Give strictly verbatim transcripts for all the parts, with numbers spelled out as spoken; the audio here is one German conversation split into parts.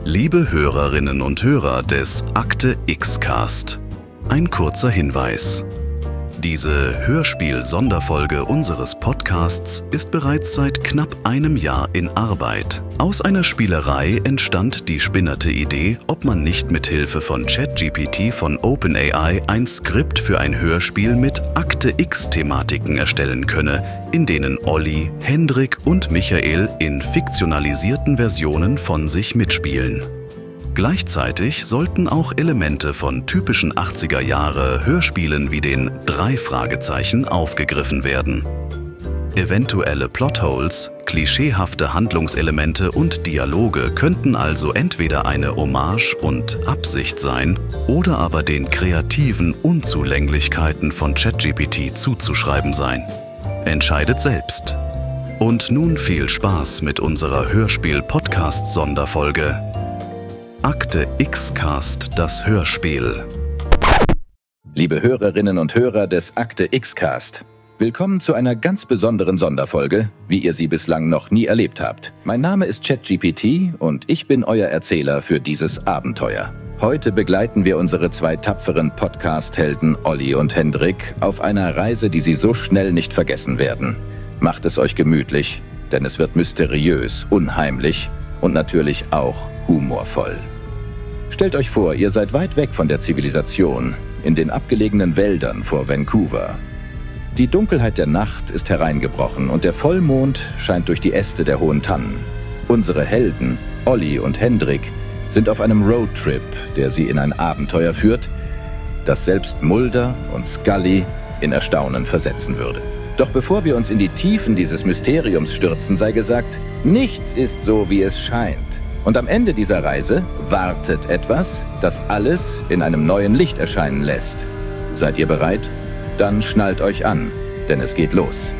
Liebe Hörerinnen und Hörer des Akte X-Cast, ein kurzer Hinweis. Diese Hörspiel-Sonderfolge unseres Podcasts ist bereits seit knapp einem Jahr in Arbeit. Aus einer Spielerei entstand die spinnerte Idee, ob man nicht mit Hilfe von ChatGPT von OpenAI ein Skript für ein Hörspiel mit Akte X-Thematiken erstellen könne, in denen Olli, Hendrik und Michael in fiktionalisierten Versionen von sich mitspielen. Gleichzeitig sollten auch Elemente von typischen achtziger Jahre Hörspielen wie den Drei Fragezeichen aufgegriffen werden. Eventuelle Plotholes, klischeehafte Handlungselemente und Dialoge könnten also entweder eine Hommage und Absicht sein oder aber den kreativen Unzulänglichkeiten von ChatGPT zuzuschreiben sein. Entscheidet selbst. Und nun viel Spaß mit unserer Hörspiel-Podcast-Sonderfolge Akte X-Cast, das Hörspiel. Liebe Hörerinnen und Hörer des Akte X-Cast, willkommen zu einer ganz besonderen Sonderfolge, wie ihr sie bislang noch nie erlebt habt. Mein Name ist ChatGPT und ich bin euer Erzähler für dieses Abenteuer. Heute begleiten wir unsere zwei tapferen Podcast-Helden Olli und Hendrik auf einer Reise, die sie so schnell nicht vergessen werden. Macht es euch gemütlich, denn es wird mysteriös, unheimlich und natürlich auch humorvoll. Stellt euch vor, ihr seid weit weg von der Zivilisation, in den abgelegenen Wäldern vor Vancouver. Die Dunkelheit der Nacht ist hereingebrochen und der Vollmond scheint durch die Äste der hohen Tannen. Unsere Helden, Olli und Hendrik, sind auf einem Roadtrip, der sie in ein Abenteuer führt, das selbst Mulder und Scully in Erstaunen versetzen würde. Doch bevor wir uns in die Tiefen dieses Mysteriums stürzen, sei gesagt, nichts ist so, wie es scheint. Und am Ende dieser Reise wartet etwas, das alles in einem neuen Licht erscheinen lässt. Seid ihr bereit? Dann schnallt euch an, denn es geht los.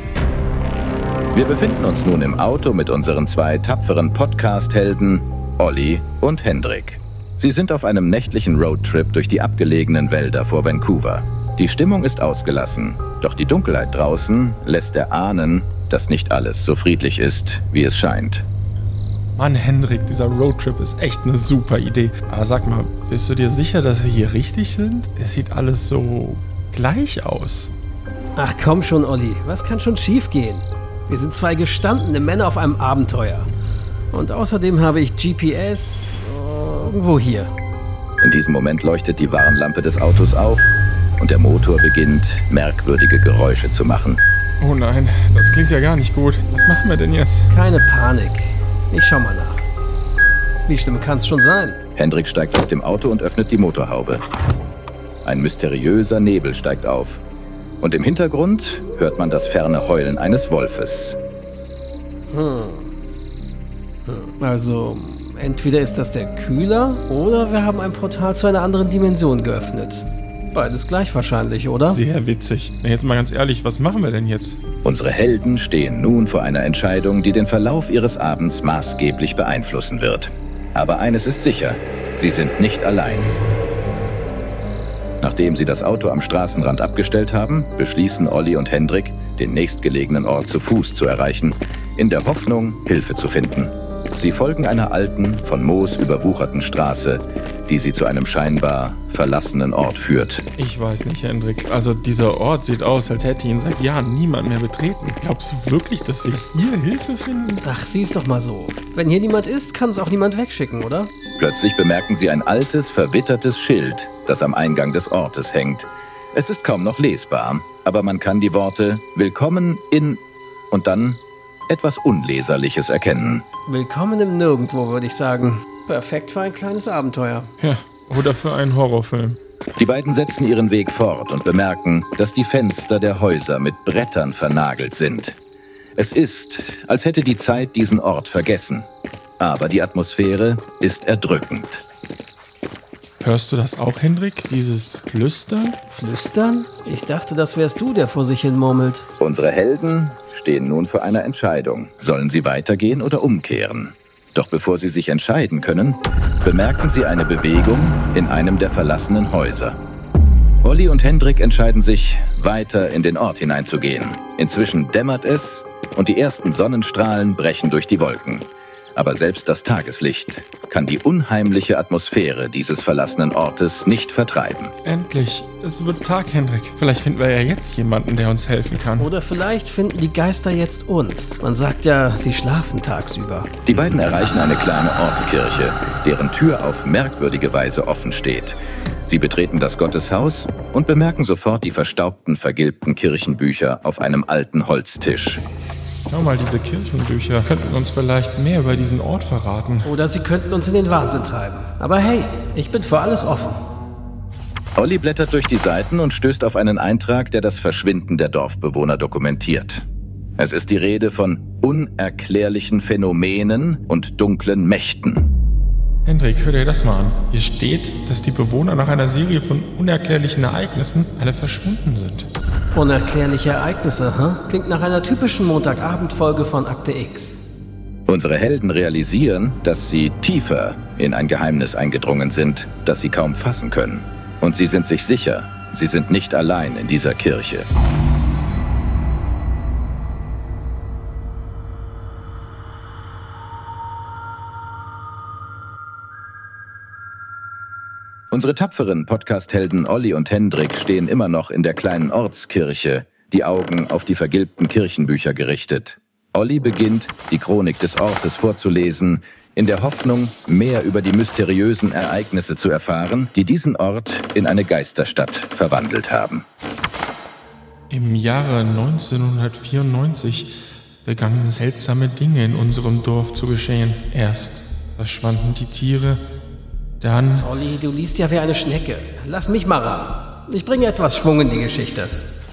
Wir befinden uns nun im Auto mit unseren zwei tapferen Podcast-Helden, Olli und Hendrik. Sie sind auf einem nächtlichen Roadtrip durch die abgelegenen Wälder vor Vancouver. Die Stimmung ist ausgelassen, doch die Dunkelheit draußen lässt erahnen, dass nicht alles so friedlich ist, wie es scheint. Mann, Hendrik, dieser Roadtrip ist echt eine super Idee. Aber sag mal, bist du dir sicher, dass wir hier richtig sind? Es sieht alles so gleich aus. Ach komm schon, Olli, was kann schon schief gehen? Wir sind zwei gestandene Männer auf einem Abenteuer. Und außerdem habe ich G P S irgendwo hier. In diesem Moment leuchtet die Warnlampe des Autos auf und der Motor beginnt, merkwürdige Geräusche zu machen. Oh nein, das klingt ja gar nicht gut. Was machen wir denn jetzt? Keine Panik. Ich schau mal nach. Wie schlimm kann's schon sein? Hendrik steigt aus dem Auto und öffnet die Motorhaube. Ein mysteriöser Nebel steigt auf. Und im Hintergrund hört man das ferne Heulen eines Wolfes. Hm. Hm. Also, entweder ist das der Kühler oder wir haben ein Portal zu einer anderen Dimension geöffnet. Beides gleich wahrscheinlich, oder? Sehr witzig. Na, jetzt mal ganz ehrlich, was machen wir denn jetzt? Unsere Helden stehen nun vor einer Entscheidung, die den Verlauf ihres Abends maßgeblich beeinflussen wird. Aber eines ist sicher, sie sind nicht allein. Nachdem sie das Auto am Straßenrand abgestellt haben, beschließen Olli und Hendrik, den nächstgelegenen Ort zu Fuß zu erreichen, in der Hoffnung, Hilfe zu finden. Sie folgen einer alten, von Moos überwucherten Straße, die sie zu einem scheinbar verlassenen Ort führt. Ich weiß nicht, Hendrik. Also dieser Ort sieht aus, als hätte ihn seit Jahren niemand mehr betreten. Glaubst du wirklich, dass wir hier Hilfe finden? Ach, sieh's doch mal so. Wenn hier niemand ist, kann es auch niemand wegschicken, oder? Plötzlich bemerken sie ein altes, verwittertes Schild, das am Eingang des Ortes hängt. Es ist kaum noch lesbar, aber man kann die Worte "Willkommen in" und dann etwas Unleserliches erkennen. Willkommen im Nirgendwo, würde ich sagen. Perfekt für ein kleines Abenteuer. Ja, oder für einen Horrorfilm. Die beiden setzen ihren Weg fort und bemerken, dass die Fenster der Häuser mit Brettern vernagelt sind. Es ist, als hätte die Zeit diesen Ort vergessen. Aber die Atmosphäre ist erdrückend. Hörst du das auch, Hendrik? Dieses Flüstern? Flüstern? Ich dachte, das wärst du, der vor sich hin murmelt. Unsere Helden stehen nun vor einer Entscheidung. Sollen sie weitergehen oder umkehren? Doch bevor sie sich entscheiden können, bemerken sie eine Bewegung in einem der verlassenen Häuser. Olli und Hendrik entscheiden sich, weiter in den Ort hineinzugehen. Inzwischen dämmert es und die ersten Sonnenstrahlen brechen durch die Wolken. Aber selbst das Tageslicht kann die unheimliche Atmosphäre dieses verlassenen Ortes nicht vertreiben. Endlich. Es wird Tag, Hendrik. Vielleicht finden wir ja jetzt jemanden, der uns helfen kann. Oder vielleicht finden die Geister jetzt uns. Man sagt ja, sie schlafen tagsüber. Die beiden erreichen eine kleine Ortskirche, deren Tür auf merkwürdige Weise offen steht. Sie betreten das Gotteshaus und bemerken sofort die verstaubten, vergilbten Kirchenbücher auf einem alten Holztisch. Schau mal, diese Kirchenbücher könnten uns vielleicht mehr über diesen Ort verraten. Oder sie könnten uns in den Wahnsinn treiben. Aber hey, ich bin für alles offen. Olli blättert durch die Seiten und stößt auf einen Eintrag, der das Verschwinden der Dorfbewohner dokumentiert. Es ist die Rede von unerklärlichen Phänomenen und dunklen Mächten. Hendrik, hör dir das mal an. Hier steht, dass die Bewohner nach einer Serie von unerklärlichen Ereignissen alle verschwunden sind. Unerklärliche Ereignisse, hä? Klingt nach einer typischen Montagabendfolge von Akte X. Unsere Helden realisieren, dass sie tiefer in ein Geheimnis eingedrungen sind, das sie kaum fassen können. Und sie sind sich sicher, sie sind nicht allein in dieser Kirche. Unsere tapferen Podcast-Helden Olli und Hendrik stehen immer noch in der kleinen Ortskirche, die Augen auf die vergilbten Kirchenbücher gerichtet. Olli beginnt, die Chronik des Ortes vorzulesen, in der Hoffnung, mehr über die mysteriösen Ereignisse zu erfahren, die diesen Ort in eine Geisterstadt verwandelt haben. Im Jahre neunzehnhundertvierundneunzig begannen seltsame Dinge in unserem Dorf zu geschehen. Erst verschwanden die Tiere, dann... Olli, du liest ja wie eine Schnecke. Lass mich mal ran. Ich bringe etwas Schwung in die Geschichte.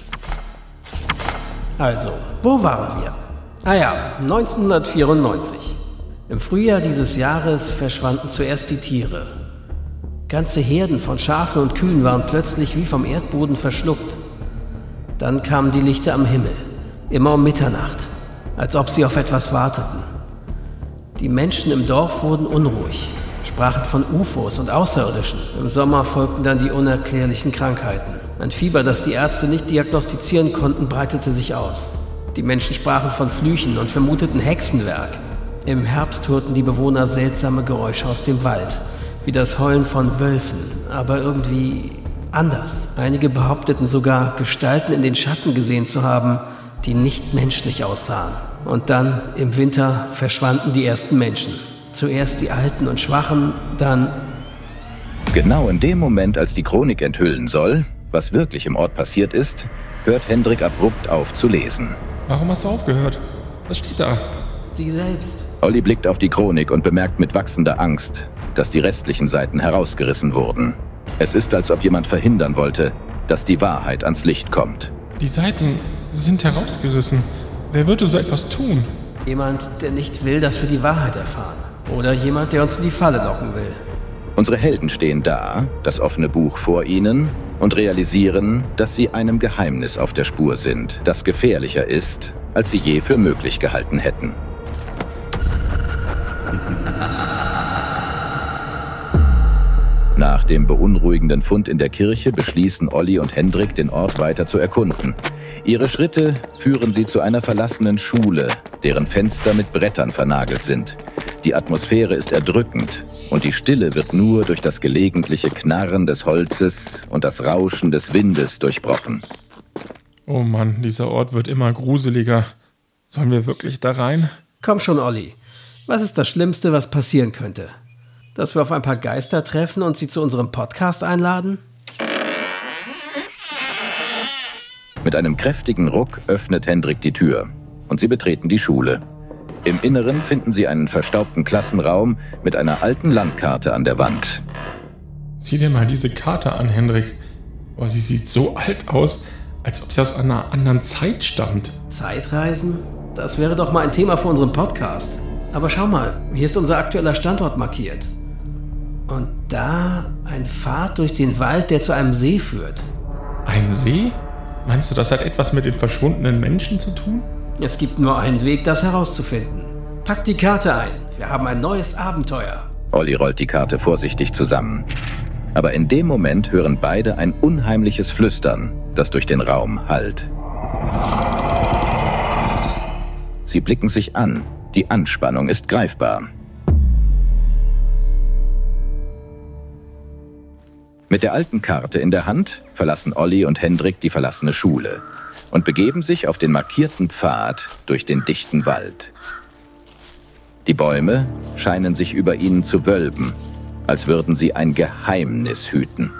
Also, wo waren wir? Ah ja, neunzehnhundertvierundneunzig. Im Frühjahr dieses Jahres verschwanden zuerst die Tiere. Ganze Herden von Schafen und Kühen waren plötzlich wie vom Erdboden verschluckt. Dann kamen die Lichter am Himmel, immer um Mitternacht, als ob sie auf etwas warteten. Die Menschen im Dorf wurden unruhig, sprachen von U F Os und Außerirdischen. Im Sommer folgten dann die unerklärlichen Krankheiten. Ein Fieber, das die Ärzte nicht diagnostizieren konnten, breitete sich aus. Die Menschen sprachen von Flüchen und vermuteten Hexenwerk. Im Herbst hörten die Bewohner seltsame Geräusche aus dem Wald, wie das Heulen von Wölfen, aber irgendwie anders. Einige behaupteten sogar, Gestalten in den Schatten gesehen zu haben, die nicht menschlich aussahen. Und dann, im Winter, verschwanden die ersten Menschen. Zuerst die Alten und Schwachen, dann... Genau in dem Moment, als die Chronik enthüllen soll, was wirklich im Ort passiert ist, hört Hendrik abrupt auf zu lesen. Warum hast du aufgehört? Was steht da? Sie selbst. Olli blickt auf die Chronik und bemerkt mit wachsender Angst, dass die restlichen Seiten herausgerissen wurden. Es ist, als ob jemand verhindern wollte, dass die Wahrheit ans Licht kommt. Die Seiten sind herausgerissen. Wer würde so etwas tun? Jemand, der nicht will, dass wir die Wahrheit erfahren. Oder jemand, der uns in die Falle locken will. Unsere Helden stehen da, das offene Buch vor ihnen, und realisieren, dass sie einem Geheimnis auf der Spur sind, das gefährlicher ist, als sie je für möglich gehalten hätten. Nach dem beunruhigenden Fund in der Kirche beschließen Olli und Hendrik, den Ort weiter zu erkunden. Ihre Schritte führen sie zu einer verlassenen Schule, deren Fenster mit Brettern vernagelt sind. Die Atmosphäre ist erdrückend und die Stille wird nur durch das gelegentliche Knarren des Holzes und das Rauschen des Windes durchbrochen. Oh Mann, dieser Ort wird immer gruseliger. Sollen wir wirklich da rein? Komm schon, Olli. Was ist das Schlimmste, was passieren könnte? Dass wir auf ein paar Geister treffen und sie zu unserem Podcast einladen? Mit einem kräftigen Ruck öffnet Hendrik die Tür und sie betreten die Schule. Im Inneren finden sie einen verstaubten Klassenraum mit einer alten Landkarte an der Wand. Sieh dir mal diese Karte an, Hendrik. Oh, sie sieht so alt aus, als ob sie aus einer anderen Zeit stammt. Zeitreisen? Das wäre doch mal ein Thema für unseren Podcast. Aber schau mal, hier ist unser aktueller Standort markiert. Und da ein Pfad durch den Wald, der zu einem See führt. Ein See? Meinst du, das hat etwas mit den verschwundenen Menschen zu tun? Es gibt nur einen Weg, das herauszufinden. Pack die Karte ein. Wir haben ein neues Abenteuer. Olli rollt die Karte vorsichtig zusammen. Aber in dem Moment hören beide ein unheimliches Flüstern, das durch den Raum hallt. Sie blicken sich an. Die Anspannung ist greifbar. Mit der alten Karte in der Hand verlassen Olli und Hendrik die verlassene Schule und begeben sich auf den markierten Pfad durch den dichten Wald. Die Bäume scheinen sich über ihnen zu wölben, als würden sie ein Geheimnis hüten.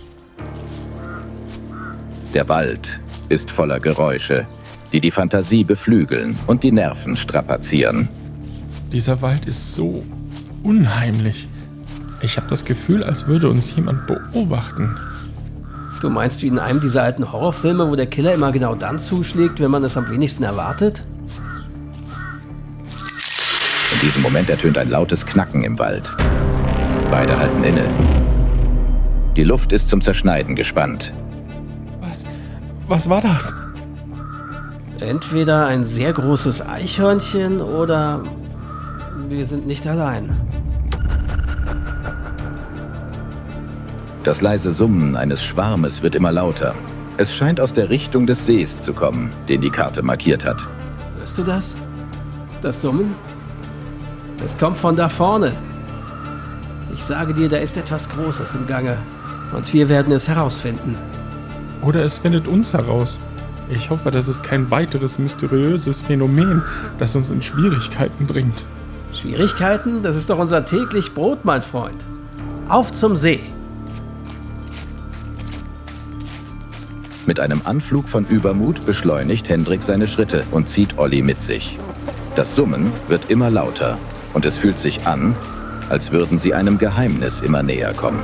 Der Wald ist voller Geräusche, die die Fantasie beflügeln und die Nerven strapazieren. Dieser Wald ist so unheimlich. Ich habe das Gefühl, als würde uns jemand beobachten. Du meinst wie in einem dieser alten Horrorfilme, wo der Killer immer genau dann zuschlägt, wenn man es am wenigsten erwartet? In diesem Moment ertönt ein lautes Knacken im Wald. Beide halten inne. Die Luft ist zum Zerschneiden gespannt. Was? Was war das? Entweder ein sehr großes Eichhörnchen oder wir sind nicht allein. Das leise Summen eines Schwarmes wird immer lauter. Es scheint aus der Richtung des Sees zu kommen, den die Karte markiert hat. Hörst du das? Das Summen? Es kommt von da vorne. Ich sage dir, da ist etwas Großes im Gange. Und wir werden es herausfinden. Oder es findet uns heraus. Ich hoffe, das ist kein weiteres mysteriöses Phänomen, das uns in Schwierigkeiten bringt. Schwierigkeiten? Das ist doch unser täglich Brot, mein Freund. Auf zum See! Mit einem Anflug von Übermut beschleunigt Hendrik seine Schritte und zieht Olli mit sich. Das Summen wird immer lauter und es fühlt sich an, als würden sie einem Geheimnis immer näher kommen.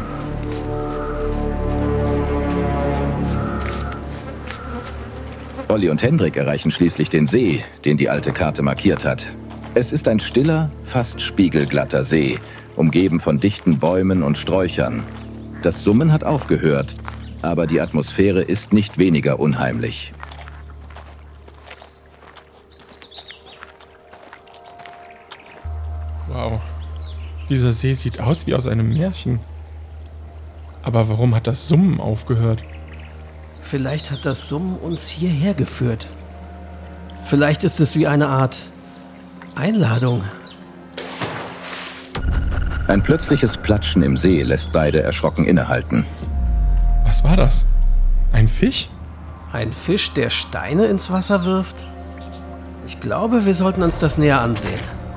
Olli und Hendrik erreichen schließlich den See, den die alte Karte markiert hat. Es ist ein stiller, fast spiegelglatter See, umgeben von dichten Bäumen und Sträuchern. Das Summen hat aufgehört, aber die Atmosphäre ist nicht weniger unheimlich. Wow, dieser See sieht aus wie aus einem Märchen. Aber warum hat das Summen aufgehört? Vielleicht hat das Summen uns hierher geführt. Vielleicht ist es wie eine Art Einladung. Ein plötzliches Platschen im See lässt beide erschrocken innehalten. Was war das? Ein Fisch? Ein Fisch, der Steine ins Wasser wirft? Ich glaube, wir sollten uns das näher ansehen.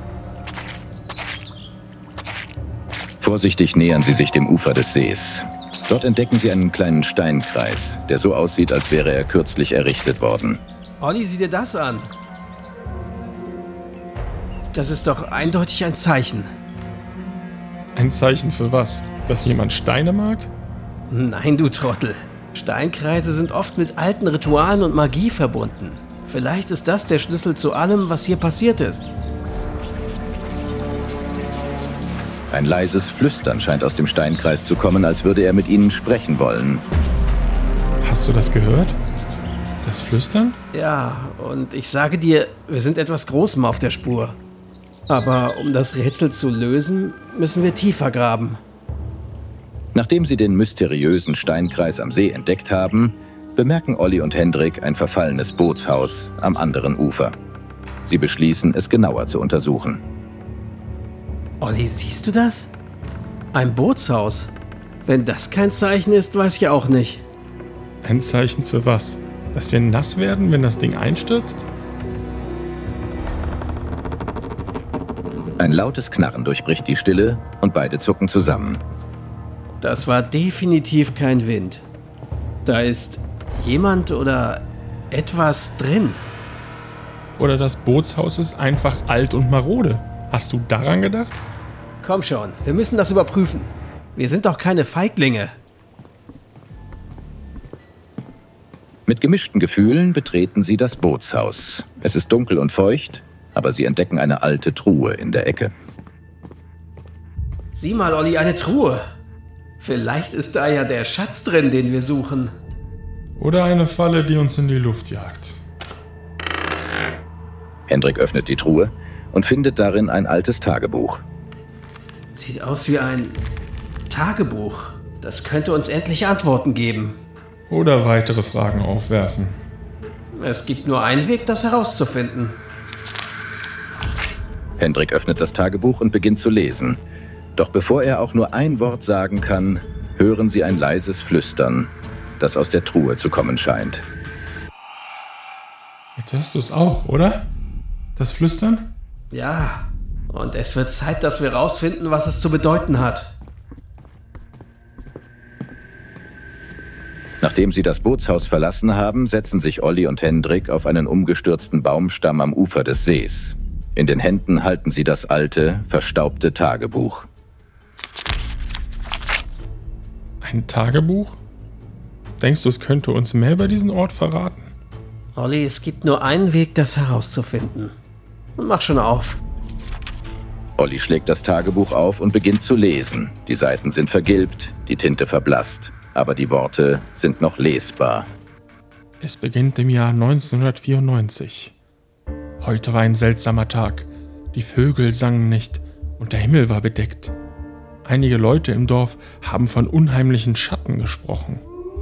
Vorsichtig nähern sie sich dem Ufer des Sees. Dort entdecken sie einen kleinen Steinkreis, der so aussieht, als wäre er kürzlich errichtet worden. Olli, sieh dir das an. Das ist doch eindeutig ein Zeichen. Ein Zeichen für was? Dass jemand Steine mag? Nein, du Trottel. Steinkreise sind oft mit alten Ritualen und Magie verbunden. Vielleicht ist das der Schlüssel zu allem, was hier passiert ist. Ein leises Flüstern scheint aus dem Steinkreis zu kommen, als würde er mit ihnen sprechen wollen. Hast du das gehört? Das Flüstern? Ja, und ich sage dir, wir sind etwas Großem auf der Spur. Aber um das Rätsel zu lösen, müssen wir tiefer graben. Nachdem sie den mysteriösen Steinkreis am See entdeckt haben, bemerken Olli und Hendrik ein verfallenes Bootshaus am anderen Ufer. Sie beschließen, es genauer zu untersuchen. Olli, siehst du das? Ein Bootshaus. Wenn das kein Zeichen ist, weiß ich auch nicht. Ein Zeichen für was? Dass wir nass werden, wenn das Ding einstürzt? Ein lautes Knarren durchbricht die Stille und beide zucken zusammen. Das war definitiv kein Wind. Da ist jemand oder etwas drin. Oder das Bootshaus ist einfach alt und marode. Hast du daran gedacht? Komm schon, wir müssen das überprüfen. Wir sind doch keine Feiglinge. Mit gemischten Gefühlen betreten sie das Bootshaus. Es ist dunkel und feucht, aber sie entdecken eine alte Truhe in der Ecke. Sieh mal, Olli, eine Truhe. Vielleicht ist da ja der Schatz drin, den wir suchen. Oder eine Falle, die uns in die Luft jagt. Hendrik öffnet die Truhe und findet darin ein altes Tagebuch. Sieht aus wie ein Tagebuch. Das könnte uns endlich Antworten geben. Oder weitere Fragen aufwerfen. Es gibt nur einen Weg, das herauszufinden. Hendrik öffnet das Tagebuch und beginnt zu lesen. Doch bevor er auch nur ein Wort sagen kann, hören Sie ein leises Flüstern, das aus der Truhe zu kommen scheint. Jetzt hörst du es auch, oder? Das Flüstern? Ja, und es wird Zeit, dass wir rausfinden, was es zu bedeuten hat. Nachdem sie das Bootshaus verlassen haben, setzen sich Olli und Hendrik auf einen umgestürzten Baumstamm am Ufer des Sees. In den Händen halten sie das alte, verstaubte Tagebuch. Ein Tagebuch? Denkst du, es könnte uns mehr über diesen Ort verraten? Olli, es gibt nur einen Weg, das herauszufinden. Und mach schon auf. Olli schlägt das Tagebuch auf und beginnt zu lesen. Die Seiten sind vergilbt, die Tinte verblasst. Aber die Worte sind noch lesbar. Es beginnt im Jahr neunzehnhundertvierundneunzig. Heute war ein seltsamer Tag. Die Vögel sangen nicht und der Himmel war bedeckt. Einige Leute im Dorf haben von unheimlichen Schatten gesprochen.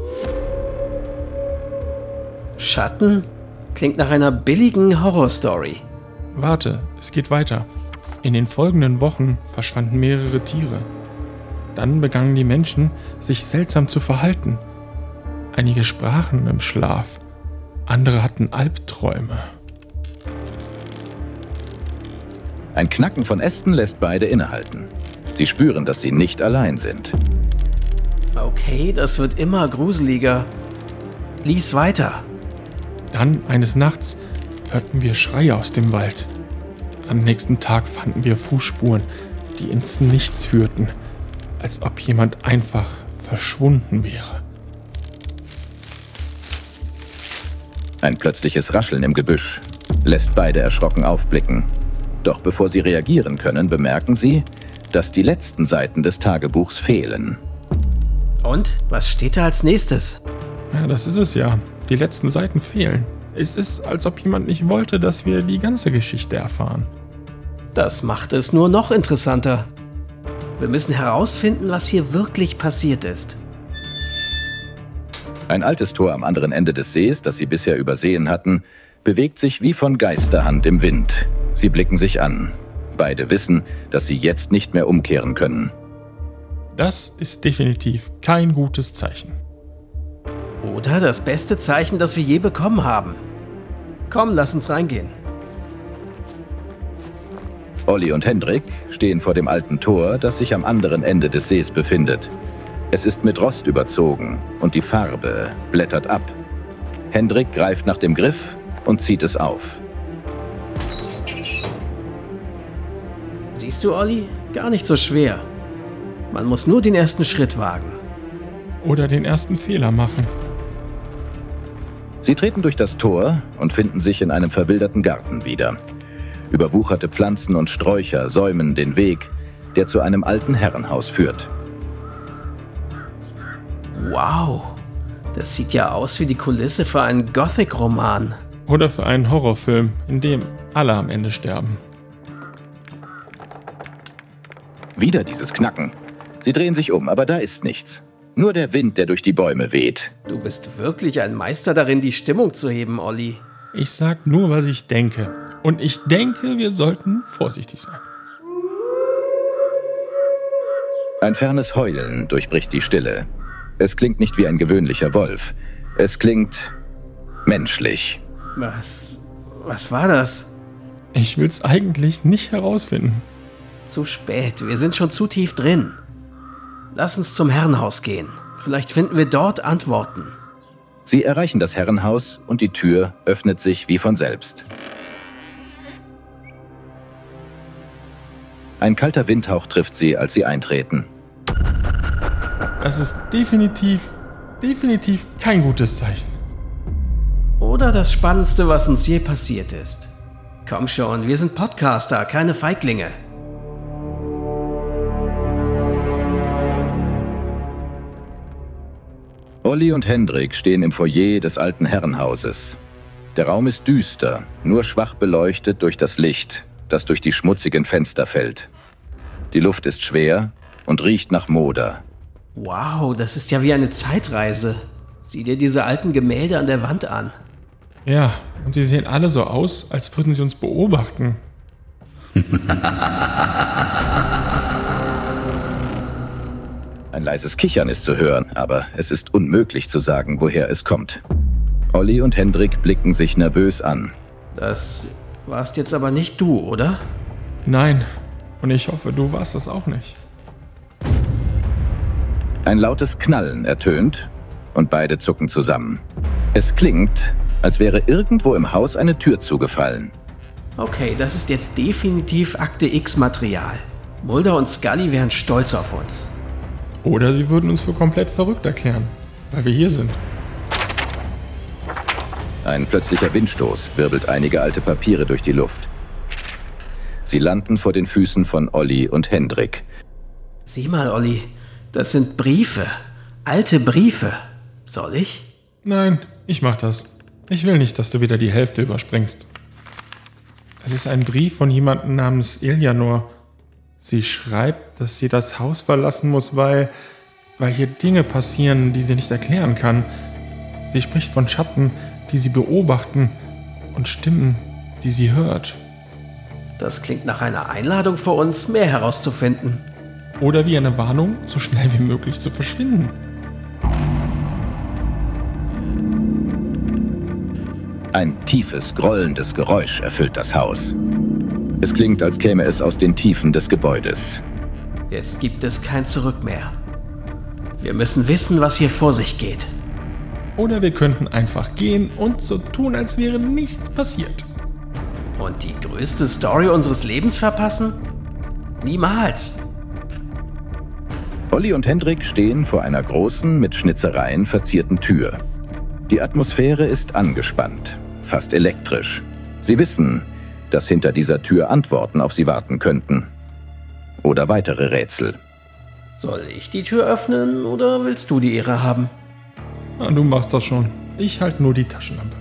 Schatten? Klingt nach einer billigen Horrorstory. Warte, es geht weiter. In den folgenden Wochen verschwanden mehrere Tiere. Dann begannen die Menschen, sich seltsam zu verhalten. Einige sprachen im Schlaf, andere hatten Albträume. Ein Knacken von Ästen lässt beide innehalten. Sie spüren, dass sie nicht allein sind. Okay, das wird immer gruseliger. Lies weiter. Dann, eines Nachts, hörten wir Schreie aus dem Wald. Am nächsten Tag fanden wir Fußspuren, die ins Nichts führten, als ob jemand einfach verschwunden wäre. Ein plötzliches Rascheln im Gebüsch lässt beide erschrocken aufblicken. Doch bevor sie reagieren können, bemerken sie, dass die letzten Seiten des Tagebuchs fehlen. Und? Was steht da als nächstes? Ja, das ist es ja. Die letzten Seiten fehlen. Es ist, als ob jemand nicht wollte, dass wir die ganze Geschichte erfahren. Das macht es nur noch interessanter. Wir müssen herausfinden, was hier wirklich passiert ist. Ein altes Tor am anderen Ende des Sees, das sie bisher übersehen hatten, bewegt sich wie von Geisterhand im Wind. Sie blicken sich an. Beide wissen, dass sie jetzt nicht mehr umkehren können. Das ist definitiv kein gutes Zeichen. Oder das beste Zeichen, das wir je bekommen haben. Komm, lass uns reingehen. Olli und Hendrik stehen vor dem alten Tor, das sich am anderen Ende des Sees befindet. Es ist mit Rost überzogen und die Farbe blättert ab. Hendrik greift nach dem Griff und zieht es auf. Siehst du, Olli? Gar nicht so schwer. Man muss nur den ersten Schritt wagen. Oder den ersten Fehler machen. Sie treten durch das Tor und finden sich in einem verwilderten Garten wieder. Überwucherte Pflanzen und Sträucher säumen den Weg, der zu einem alten Herrenhaus führt. Wow, das sieht ja aus wie die Kulisse für einen Gothic-Roman. Oder für einen Horrorfilm, in dem alle am Ende sterben. Wieder dieses Knacken. Sie drehen sich um, aber da ist nichts. Nur der Wind, der durch die Bäume weht. Du bist wirklich ein Meister darin, die Stimmung zu heben, Olli. Ich sag nur, was ich denke. Und ich denke, wir sollten vorsichtig sein. Ein fernes Heulen durchbricht die Stille. Es klingt nicht wie ein gewöhnlicher Wolf. Es klingt menschlich. Was? Was war das? Ich will's eigentlich nicht herausfinden. Zu spät, wir sind schon zu tief drin. Lass uns zum Herrenhaus gehen. Vielleicht finden wir dort Antworten. Sie erreichen das Herrenhaus und die Tür öffnet sich wie von selbst. Ein kalter Windhauch trifft sie, als sie eintreten. Das ist definitiv, definitiv kein gutes Zeichen. Oder das Spannendste, was uns je passiert ist. Komm schon, wir sind Podcaster, keine Feiglinge. Olli und Hendrik stehen im Foyer des alten Herrenhauses. Der Raum ist düster, nur schwach beleuchtet durch das Licht, das durch die schmutzigen Fenster fällt. Die Luft ist schwer und riecht nach Moder. Wow, das ist ja wie eine Zeitreise. Sieh dir diese alten Gemälde an der Wand an. Ja, und sie sehen alle so aus, als würden sie uns beobachten. Ein leises Kichern ist zu hören, aber es ist unmöglich zu sagen, woher es kommt. Olli und Hendrik blicken sich nervös an. Das warst jetzt aber nicht du, oder? Nein, und ich hoffe, du warst es auch nicht. Ein lautes Knallen ertönt und beide zucken zusammen. Es klingt, als wäre irgendwo im Haus eine Tür zugefallen. Okay, das ist jetzt definitiv Akte X-Material. Mulder und Scully wären stolz auf uns. Oder sie würden uns für komplett verrückt erklären, weil wir hier sind. Ein plötzlicher Windstoß wirbelt einige alte Papiere durch die Luft. Sie landen vor den Füßen von Olli und Hendrik. Sieh mal, Olli, das sind Briefe. Alte Briefe. Soll ich? Nein, ich mach das. Ich will nicht, dass du wieder die Hälfte überspringst. Es ist ein Brief von jemandem namens Eleanor. Sie schreibt, dass sie das Haus verlassen muss, weil, weil hier Dinge passieren, die sie nicht erklären kann. Sie spricht von Schatten, die sie beobachten, und Stimmen, die sie hört. Das klingt nach einer Einladung für uns, mehr herauszufinden. Oder wie eine Warnung, so schnell wie möglich zu verschwinden. Ein tiefes, grollendes Geräusch erfüllt das Haus. Es klingt, als käme es aus den Tiefen des Gebäudes. Jetzt gibt es kein Zurück mehr. Wir müssen wissen, was hier vor sich geht. Oder wir könnten einfach gehen und so tun, als wäre nichts passiert. Und die größte Story unseres Lebens verpassen? Niemals. Olli und Hendrik stehen vor einer großen, mit Schnitzereien verzierten Tür. Die Atmosphäre ist angespannt, fast elektrisch. Sie wissen, dass hinter dieser Tür Antworten auf sie warten könnten. Oder weitere Rätsel. Soll ich die Tür öffnen oder willst du die Ehre haben? Na, du machst das schon. Ich halte nur die Taschenlampe.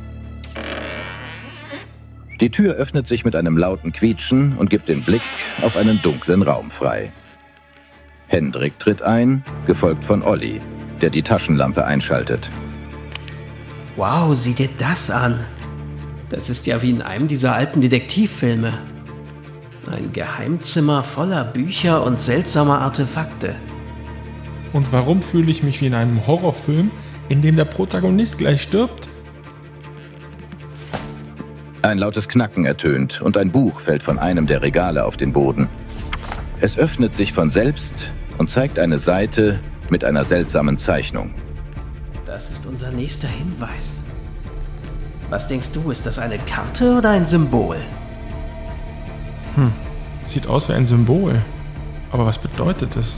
Die Tür öffnet sich mit einem lauten Quietschen und gibt den Blick auf einen dunklen Raum frei. Hendrik tritt ein, gefolgt von Olli, der die Taschenlampe einschaltet. Wow, sieh dir das an. Das ist ja wie in einem dieser alten Detektivfilme. Ein Geheimzimmer voller Bücher und seltsamer Artefakte. Und warum fühle ich mich wie in einem Horrorfilm, in dem der Protagonist gleich stirbt? Ein lautes Knacken ertönt und ein Buch fällt von einem der Regale auf den Boden. Es öffnet sich von selbst und zeigt eine Seite mit einer seltsamen Zeichnung. Das ist unser nächster Hinweis. Was denkst du, ist das eine Karte oder ein Symbol? Hm, sieht aus wie ein Symbol. Aber was bedeutet es?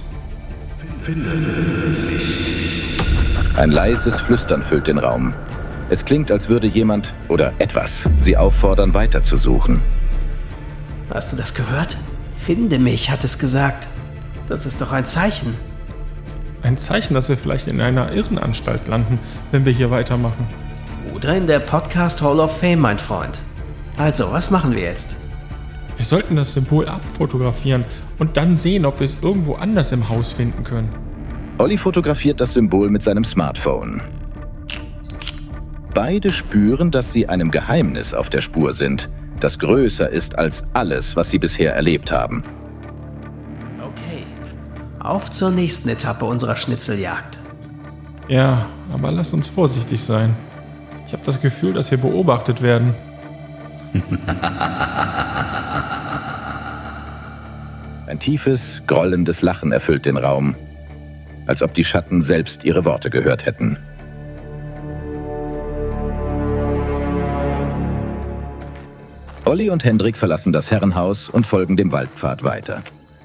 Ein leises Flüstern füllt den Raum. Es klingt, als würde jemand oder etwas sie auffordern, weiterzusuchen. Hast du das gehört? Finde mich, hat es gesagt. Das ist doch ein Zeichen. Ein Zeichen, dass wir vielleicht in einer Irrenanstalt landen, wenn wir hier weitermachen. Oder in der Podcast Hall of Fame, mein Freund. Also, was machen wir jetzt? Wir sollten das Symbol abfotografieren und dann sehen, ob wir es irgendwo anders im Haus finden können. Olli fotografiert das Symbol mit seinem Smartphone. Beide spüren, dass sie einem Geheimnis auf der Spur sind, das größer ist als alles, was sie bisher erlebt haben. Okay, auf zur nächsten Etappe unserer Schnitzeljagd. Ja, aber lass uns vorsichtig sein. Ich habe das Gefühl, dass wir beobachtet werden. Ein tiefes, grollendes Lachen erfüllt den Raum, als ob die Schatten selbst ihre Worte gehört hätten. Olli und Hendrik verlassen das Herrenhaus und folgen dem Waldpfad weiter.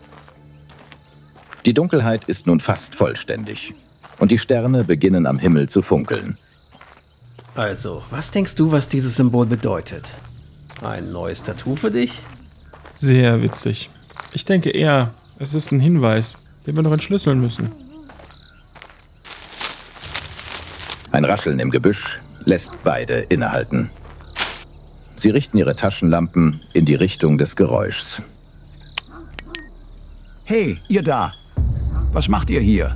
Die Dunkelheit ist nun fast vollständig und die Sterne beginnen am Himmel zu funkeln. Also, was denkst du, was dieses Symbol bedeutet? Ein neues Tattoo für dich? Sehr witzig. Ich denke eher, es ist ein Hinweis, den wir noch entschlüsseln müssen. Ein Rascheln im Gebüsch lässt beide innehalten. Sie richten ihre Taschenlampen in die Richtung des Geräuschs. Hey, ihr da! Was macht ihr hier?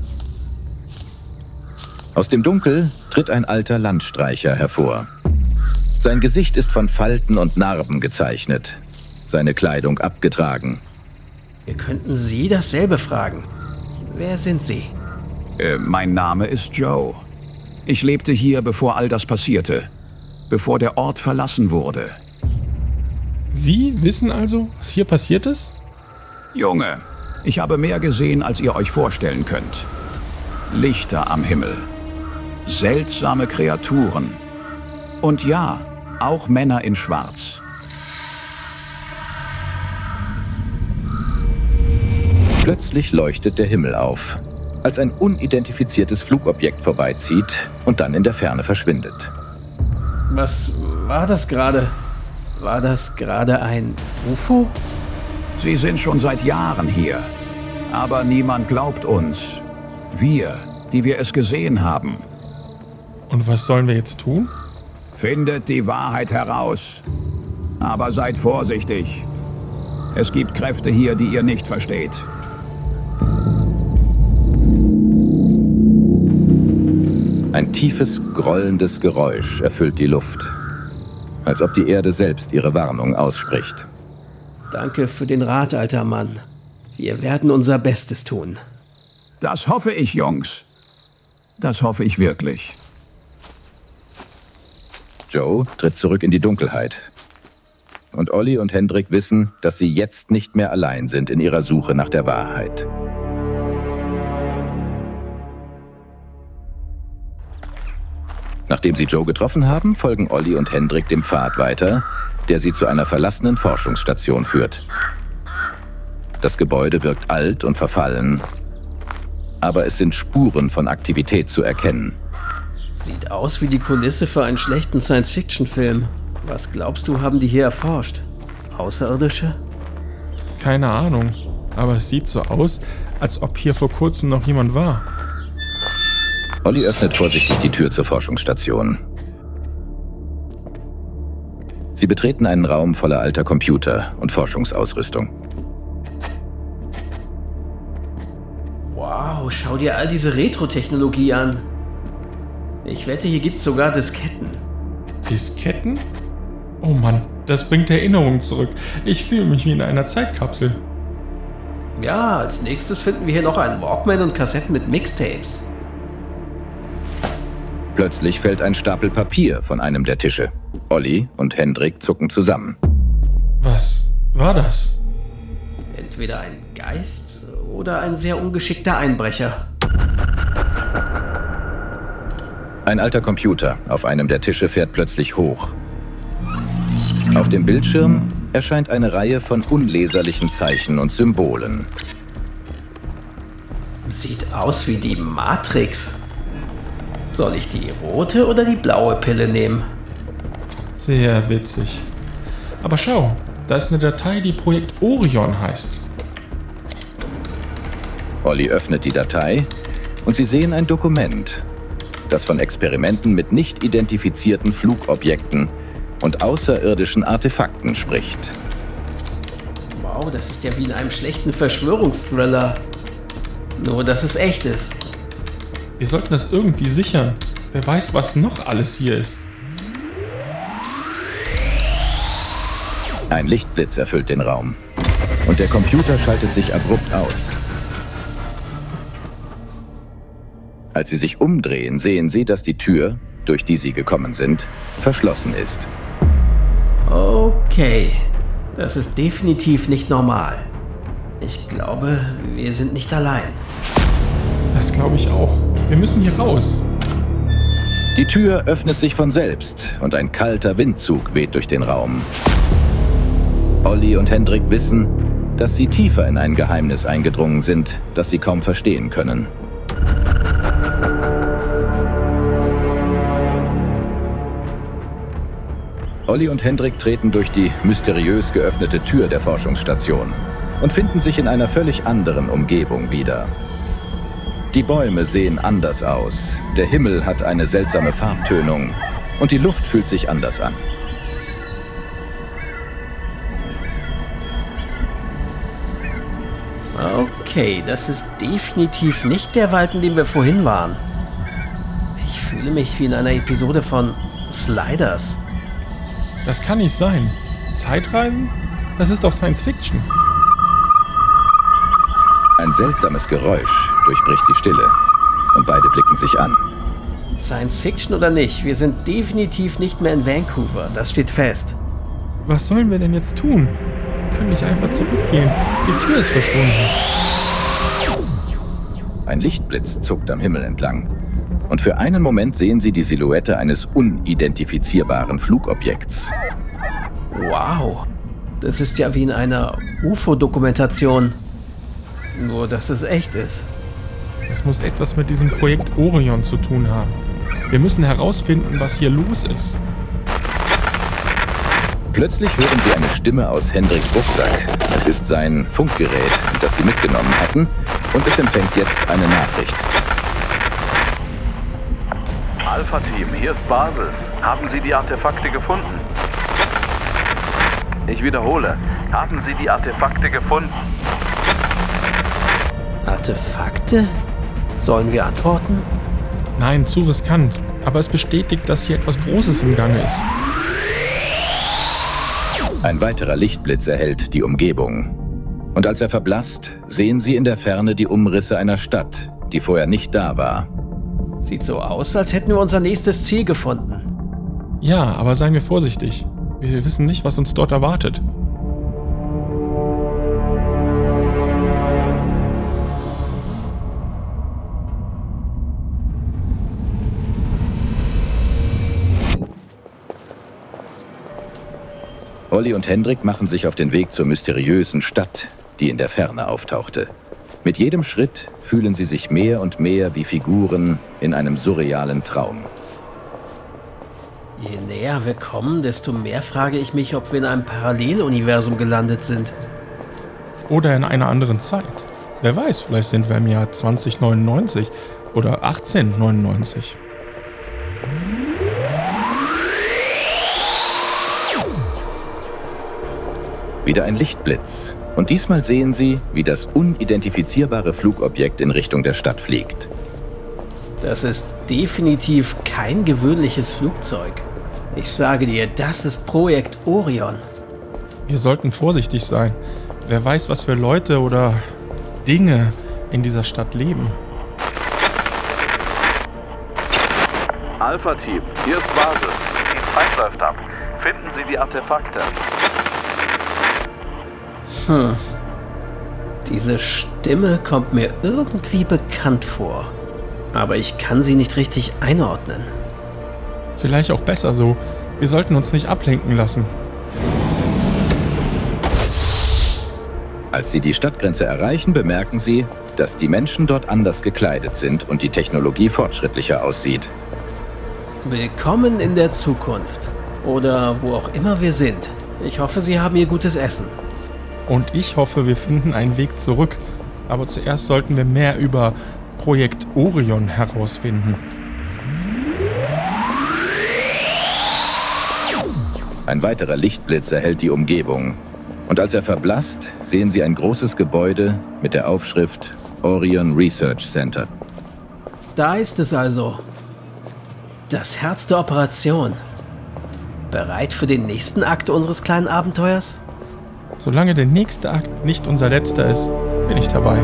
Aus dem Dunkel tritt ein alter Landstreicher hervor. Sein Gesicht ist von Falten und Narben gezeichnet, seine Kleidung abgetragen. Wir könnten Sie dasselbe fragen. Wer sind Sie? Äh, mein Name ist Joe. Ich lebte hier, bevor all das passierte. Bevor der Ort verlassen wurde. Sie wissen also, was hier passiert ist? Junge, ich habe mehr gesehen, als ihr euch vorstellen könnt. Lichter am Himmel. Seltsame Kreaturen. Und ja, auch Männer in Schwarz. Plötzlich leuchtet der Himmel auf, als ein unidentifiziertes Flugobjekt vorbeizieht und dann in der Ferne verschwindet. Was war das gerade? War das gerade ein U F O? Sie sind schon seit Jahren hier. Aber niemand glaubt uns. Wir, die wir es gesehen haben. Und was sollen wir jetzt tun? Findet die Wahrheit heraus. Aber seid vorsichtig. Es gibt Kräfte hier, die ihr nicht versteht. Ein tiefes, grollendes Geräusch erfüllt die Luft. Als ob die Erde selbst ihre Warnung ausspricht. Danke für den Rat, alter Mann. Wir werden unser Bestes tun. Das hoffe ich, Jungs. Das hoffe ich wirklich. Joe tritt zurück in die Dunkelheit. Und Olli und Hendrik wissen, dass sie jetzt nicht mehr allein sind in ihrer Suche nach der Wahrheit. Nachdem sie Joe getroffen haben, folgen Olli und Hendrik dem Pfad weiter, der sie zu einer verlassenen Forschungsstation führt. Das Gebäude wirkt alt und verfallen, aber es sind Spuren von Aktivität zu erkennen. Sieht aus wie die Kulisse für einen schlechten Science-Fiction-Film. Was glaubst du, haben die hier erforscht? Außerirdische? Keine Ahnung, aber es sieht so aus, als ob hier vor kurzem noch jemand war. Olli öffnet vorsichtig die Tür zur Forschungsstation. Sie betreten einen Raum voller alter Computer und Forschungsausrüstung. Wow, schau dir all diese Retro-Technologie an. Ich wette, hier gibt's sogar Disketten. Disketten? Oh Mann, das bringt Erinnerungen zurück. Ich fühle mich wie in einer Zeitkapsel. Ja, als nächstes finden wir hier noch einen Walkman und Kassetten mit Mixtapes. Plötzlich fällt ein Stapel Papier von einem der Tische. Olli und Hendrik zucken zusammen. Was war das? Entweder ein Geist oder ein sehr ungeschickter Einbrecher. Ein alter Computer auf einem der Tische fährt plötzlich hoch. Auf dem Bildschirm erscheint eine Reihe von unleserlichen Zeichen und Symbolen. Sieht aus wie die Matrix. Soll ich die rote oder die blaue Pille nehmen? Sehr witzig. Aber schau, da ist eine Datei, die Projekt Orion heißt. Olli öffnet die Datei und sie sehen ein Dokument, das von Experimenten mit nicht identifizierten Flugobjekten und außerirdischen Artefakten spricht. Wow, das ist ja wie in einem schlechten Verschwörungsthriller. Nur, dass es echt ist. Wir sollten das irgendwie sichern. Wer weiß, was noch alles hier ist. Ein Lichtblitz erfüllt den Raum und der Computer schaltet sich abrupt aus. Als sie sich umdrehen, sehen sie, dass die Tür, durch die sie gekommen sind, verschlossen ist. Okay, das ist definitiv nicht normal. Ich glaube, wir sind nicht allein. Das glaube ich auch. Wir müssen hier raus. Die Tür öffnet sich von selbst und ein kalter Windzug weht durch den Raum. Olli und Hendrik wissen, dass sie tiefer in ein Geheimnis eingedrungen sind, das sie kaum verstehen können. Olli und Hendrik treten durch die mysteriös geöffnete Tür der Forschungsstation und finden sich in einer völlig anderen Umgebung wieder. Die Bäume sehen anders aus, der Himmel hat eine seltsame Farbtönung und die Luft fühlt sich anders an. Okay, das ist definitiv nicht der Wald, in dem wir vorhin waren. Ich fühle mich wie in einer Episode von Sliders. Das kann nicht sein. Zeitreisen? Das ist doch Science Fiction. Ein seltsames Geräusch durchbricht die Stille. und beide blicken sich an. Science Fiction oder nicht, wir sind definitiv nicht mehr in Vancouver, das steht fest. Was sollen wir denn jetzt tun? Wir können nicht einfach zurückgehen. Die Tür ist verschwunden. Ein Lichtblitz zuckt am Himmel entlang. Und für einen Moment sehen sie die Silhouette eines unidentifizierbaren Flugobjekts. Wow, das ist ja wie in einer U F O-Dokumentation. Nur, dass es echt ist. Das muss etwas mit diesem Projekt Orion zu tun haben. Wir müssen herausfinden, was hier los ist. Plötzlich hören sie eine Stimme aus Hendriks Rucksack. Es ist sein Funkgerät, das sie mitgenommen hatten, und es empfängt jetzt eine Nachricht. Alpha-Team, hier ist Basis. Haben Sie die Artefakte gefunden? Ich wiederhole, haben Sie die Artefakte gefunden? Artefakte? Sollen wir antworten? Nein, zu riskant. Aber es bestätigt, dass hier etwas Großes im Gange ist. Ein weiterer Lichtblitz erhellt die Umgebung. Und als er verblasst, sehen sie in der Ferne die Umrisse einer Stadt, die vorher nicht da war. Sieht so aus, als hätten wir unser nächstes Ziel gefunden. Ja, aber seien wir vorsichtig. Wir wissen nicht, was uns dort erwartet. Olli und Hendrik machen sich auf den Weg zur mysteriösen Stadt, die in der Ferne auftauchte. Mit jedem Schritt fühlen sie sich mehr und mehr wie Figuren in einem surrealen Traum. Je näher wir kommen, desto mehr frage ich mich, ob wir in einem Paralleluniversum gelandet sind. Oder in einer anderen Zeit. Wer weiß, vielleicht sind wir im Jahr zwanzig neunundneunzig oder achtzehnhundertneunundneunzig. Wieder ein Lichtblitz. Und diesmal sehen sie, wie das unidentifizierbare Flugobjekt in Richtung der Stadt fliegt. Das ist definitiv kein gewöhnliches Flugzeug. Ich sage dir, das ist Projekt Orion. Wir sollten vorsichtig sein. Wer weiß, was für Leute oder Dinge in dieser Stadt leben. Alpha-Team, hier ist Basis. Die Zeit läuft ab. Finden Sie die Artefakte. Hm. Diese Stimme kommt mir irgendwie bekannt vor. Aber ich kann sie nicht richtig einordnen. Vielleicht auch besser so. Wir sollten uns nicht ablenken lassen. Als sie die Stadtgrenze erreichen, bemerken sie, dass die Menschen dort anders gekleidet sind und die Technologie fortschrittlicher aussieht. Willkommen in der Zukunft. Oder wo auch immer wir sind. Ich hoffe, Sie haben hier gutes Essen. Und ich hoffe, wir finden einen Weg zurück. Aber zuerst sollten wir mehr über Projekt Orion herausfinden. Ein weiterer Lichtblitz erhellt die Umgebung. Und als er verblasst, sehen sie ein großes Gebäude mit der Aufschrift Orion Research Center. Da ist es also. Das Herz der Operation. Bereit für den nächsten Akt unseres kleinen Abenteuers? Solange der nächste Akt nicht unser letzter ist, bin ich dabei.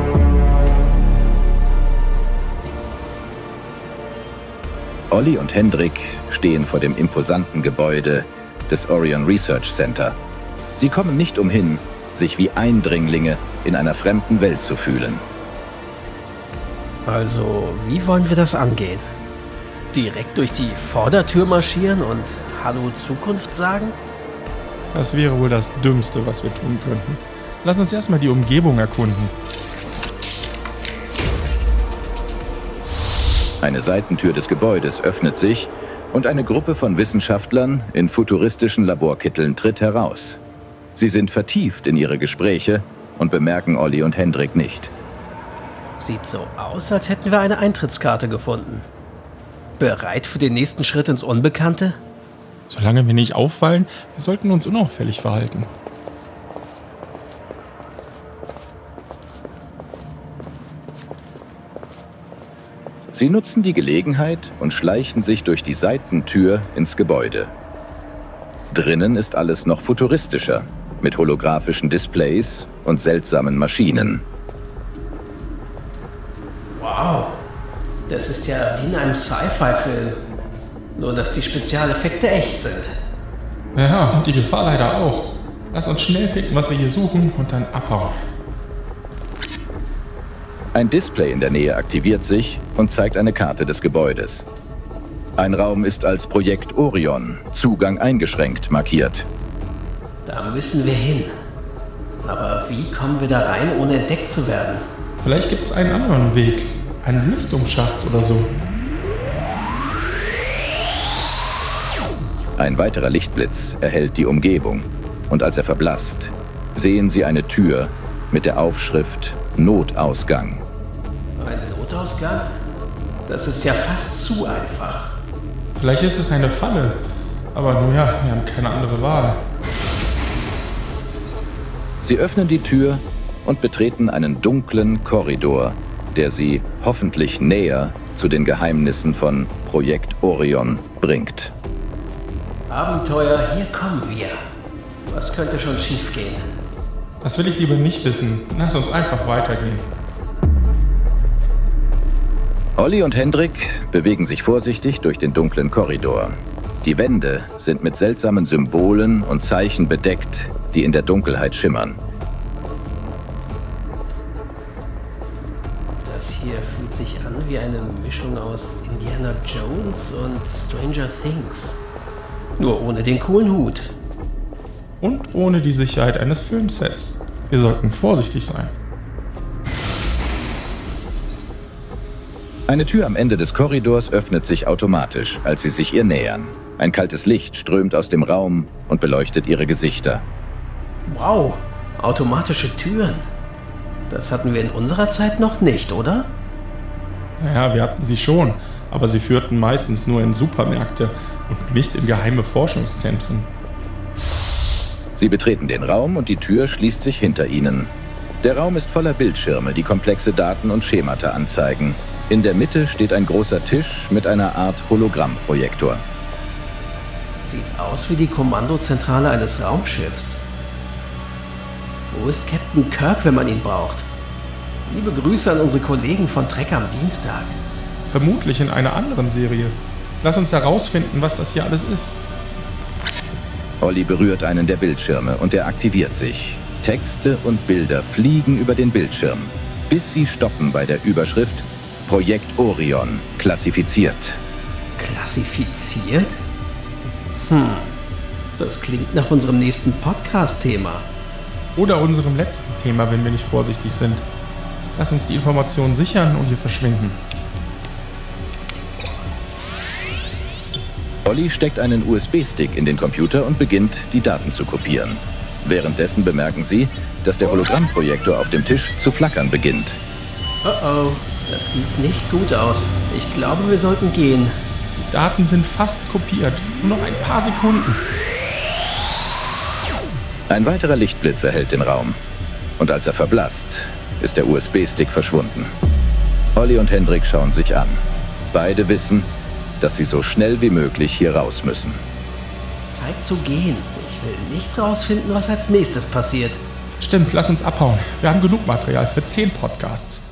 Olli und Hendrik stehen vor dem imposanten Gebäude des Orion Research Center. Sie kommen nicht umhin, sich wie Eindringlinge in einer fremden Welt zu fühlen. Also, wie wollen wir das angehen? Direkt durch die Vordertür marschieren und Hallo Zukunft sagen? Das wäre wohl das Dümmste, was wir tun könnten. Lass uns erstmal die Umgebung erkunden. Eine Seitentür des Gebäudes öffnet sich und eine Gruppe von Wissenschaftlern in futuristischen Laborkitteln tritt heraus. Sie sind vertieft in ihre Gespräche und bemerken Olli und Hendrik nicht. Sieht so aus, als hätten wir eine Eintrittskarte gefunden. Bereit für den nächsten Schritt ins Unbekannte? Solange wir nicht auffallen, wir sollten uns unauffällig verhalten. Sie nutzen die Gelegenheit und schleichen sich durch die Seitentür ins Gebäude. Drinnen ist alles noch futuristischer, mit holographischen Displays und seltsamen Maschinen. Wow, Das ist ja wie in einem Sci-Fi-Film. Nur, dass die Spezialeffekte echt sind. Ja, und die Gefahr leider auch. Lass uns schnell finden, was wir hier suchen und dann abhauen. Ein Display in der Nähe aktiviert sich und zeigt eine Karte des Gebäudes. Ein Raum ist als Projekt Orion, Zugang eingeschränkt, markiert. Da müssen wir hin. Aber wie kommen wir da rein, ohne entdeckt zu werden? Vielleicht gibt es einen anderen Weg. Einen Lüftungsschacht oder so. Ein weiterer Lichtblitz erhellt die Umgebung. Und als er verblasst, sehen sie eine Tür mit der Aufschrift Notausgang. Ein Notausgang? Das ist ja fast zu einfach. Vielleicht ist es eine Falle. Aber nun ja, wir haben keine andere Wahl. Sie öffnen die Tür und betreten einen dunklen Korridor, der sie hoffentlich näher zu den Geheimnissen von Projekt Orion bringt. Abenteuer, hier kommen wir. Was könnte schon schiefgehen? Das will ich lieber nicht wissen. Lass uns einfach weitergehen. Olli und Hendrik bewegen sich vorsichtig durch den dunklen Korridor. Die Wände sind mit seltsamen Symbolen und Zeichen bedeckt, die in der Dunkelheit schimmern. Das hier fühlt sich an wie eine Mischung aus Indiana Jones und Stranger Things. Nur ohne den coolen Hut. Und ohne die Sicherheit eines Filmsets. Wir sollten vorsichtig sein. Eine Tür am Ende des Korridors öffnet sich automatisch, als sie sich ihr nähern. Ein kaltes Licht strömt aus dem Raum und beleuchtet ihre Gesichter. Wow, automatische Türen. Das hatten wir in unserer Zeit noch nicht, oder? Naja, wir hatten sie schon, aber sie führten meistens nur in Supermärkte und nicht in geheime Forschungszentren. Sie betreten den Raum und die Tür schließt sich hinter ihnen. Der Raum ist voller Bildschirme, die komplexe Daten und Schemata anzeigen. In der Mitte steht ein großer Tisch mit einer Art Hologrammprojektor. Sieht aus wie die Kommandozentrale eines Raumschiffs. Wo ist Captain Kirk, wenn man ihn braucht? Liebe Grüße an unsere Kollegen von Trek am Dienstag. Vermutlich in einer anderen Serie. Lass uns herausfinden, was das hier alles ist. Olli berührt einen der Bildschirme und er aktiviert sich. Texte und Bilder fliegen über den Bildschirm, bis sie stoppen bei der Überschrift Projekt Orion, klassifiziert. Klassifiziert? Hm, das klingt nach unserem nächsten Podcast-Thema. Oder unserem letzten Thema, wenn wir nicht vorsichtig sind. Lass uns die Informationen sichern und hier verschwinden. Olli steckt einen U S B-Stick in den Computer und beginnt, die Daten zu kopieren. Währenddessen bemerken sie, dass der Hologrammprojektor auf dem Tisch zu flackern beginnt. Oh oh, das sieht nicht gut aus. Ich glaube, wir sollten gehen. Die Daten sind fast kopiert. Nur noch ein paar Sekunden. Ein weiterer Lichtblitz erhellt den Raum. Und als er verblasst, ist der U S B-Stick verschwunden. Olli und Hendrik schauen sich an. Beide wissen, dass sie so schnell wie möglich hier raus müssen. Zeit zu gehen. Ich will nicht rausfinden, was als nächstes passiert. Stimmt, lass uns abhauen. Wir haben genug Material für zehn Podcasts.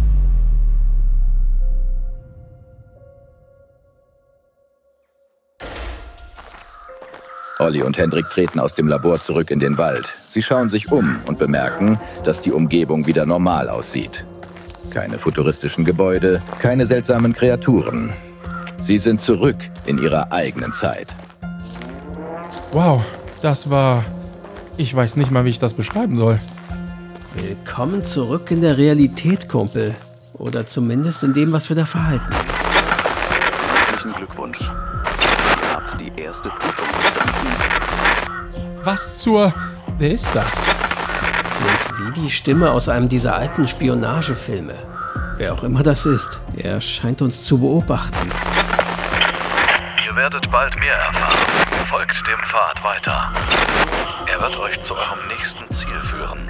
Olli und Hendrik treten aus dem Labor zurück in den Wald. Sie schauen sich um und bemerken, dass die Umgebung wieder normal aussieht. Keine futuristischen Gebäude, keine seltsamen Kreaturen. Sie sind zurück in ihrer eigenen Zeit. Wow, das war... Ich weiß nicht mal, wie ich das beschreiben soll. Willkommen zurück in der Realität, Kumpel. Oder zumindest in dem, was wir da verhalten. Herzlichen Glückwunsch. Ihr habt die erste Prüfung bestanden. Was zur... Wer ist das? Klingt wie die Stimme aus einem dieser alten Spionagefilme. Wer auch immer das ist, er scheint uns zu beobachten. Ihr werdet bald mehr erfahren. Folgt dem Pfad weiter. Er wird euch zu eurem nächsten Ziel führen.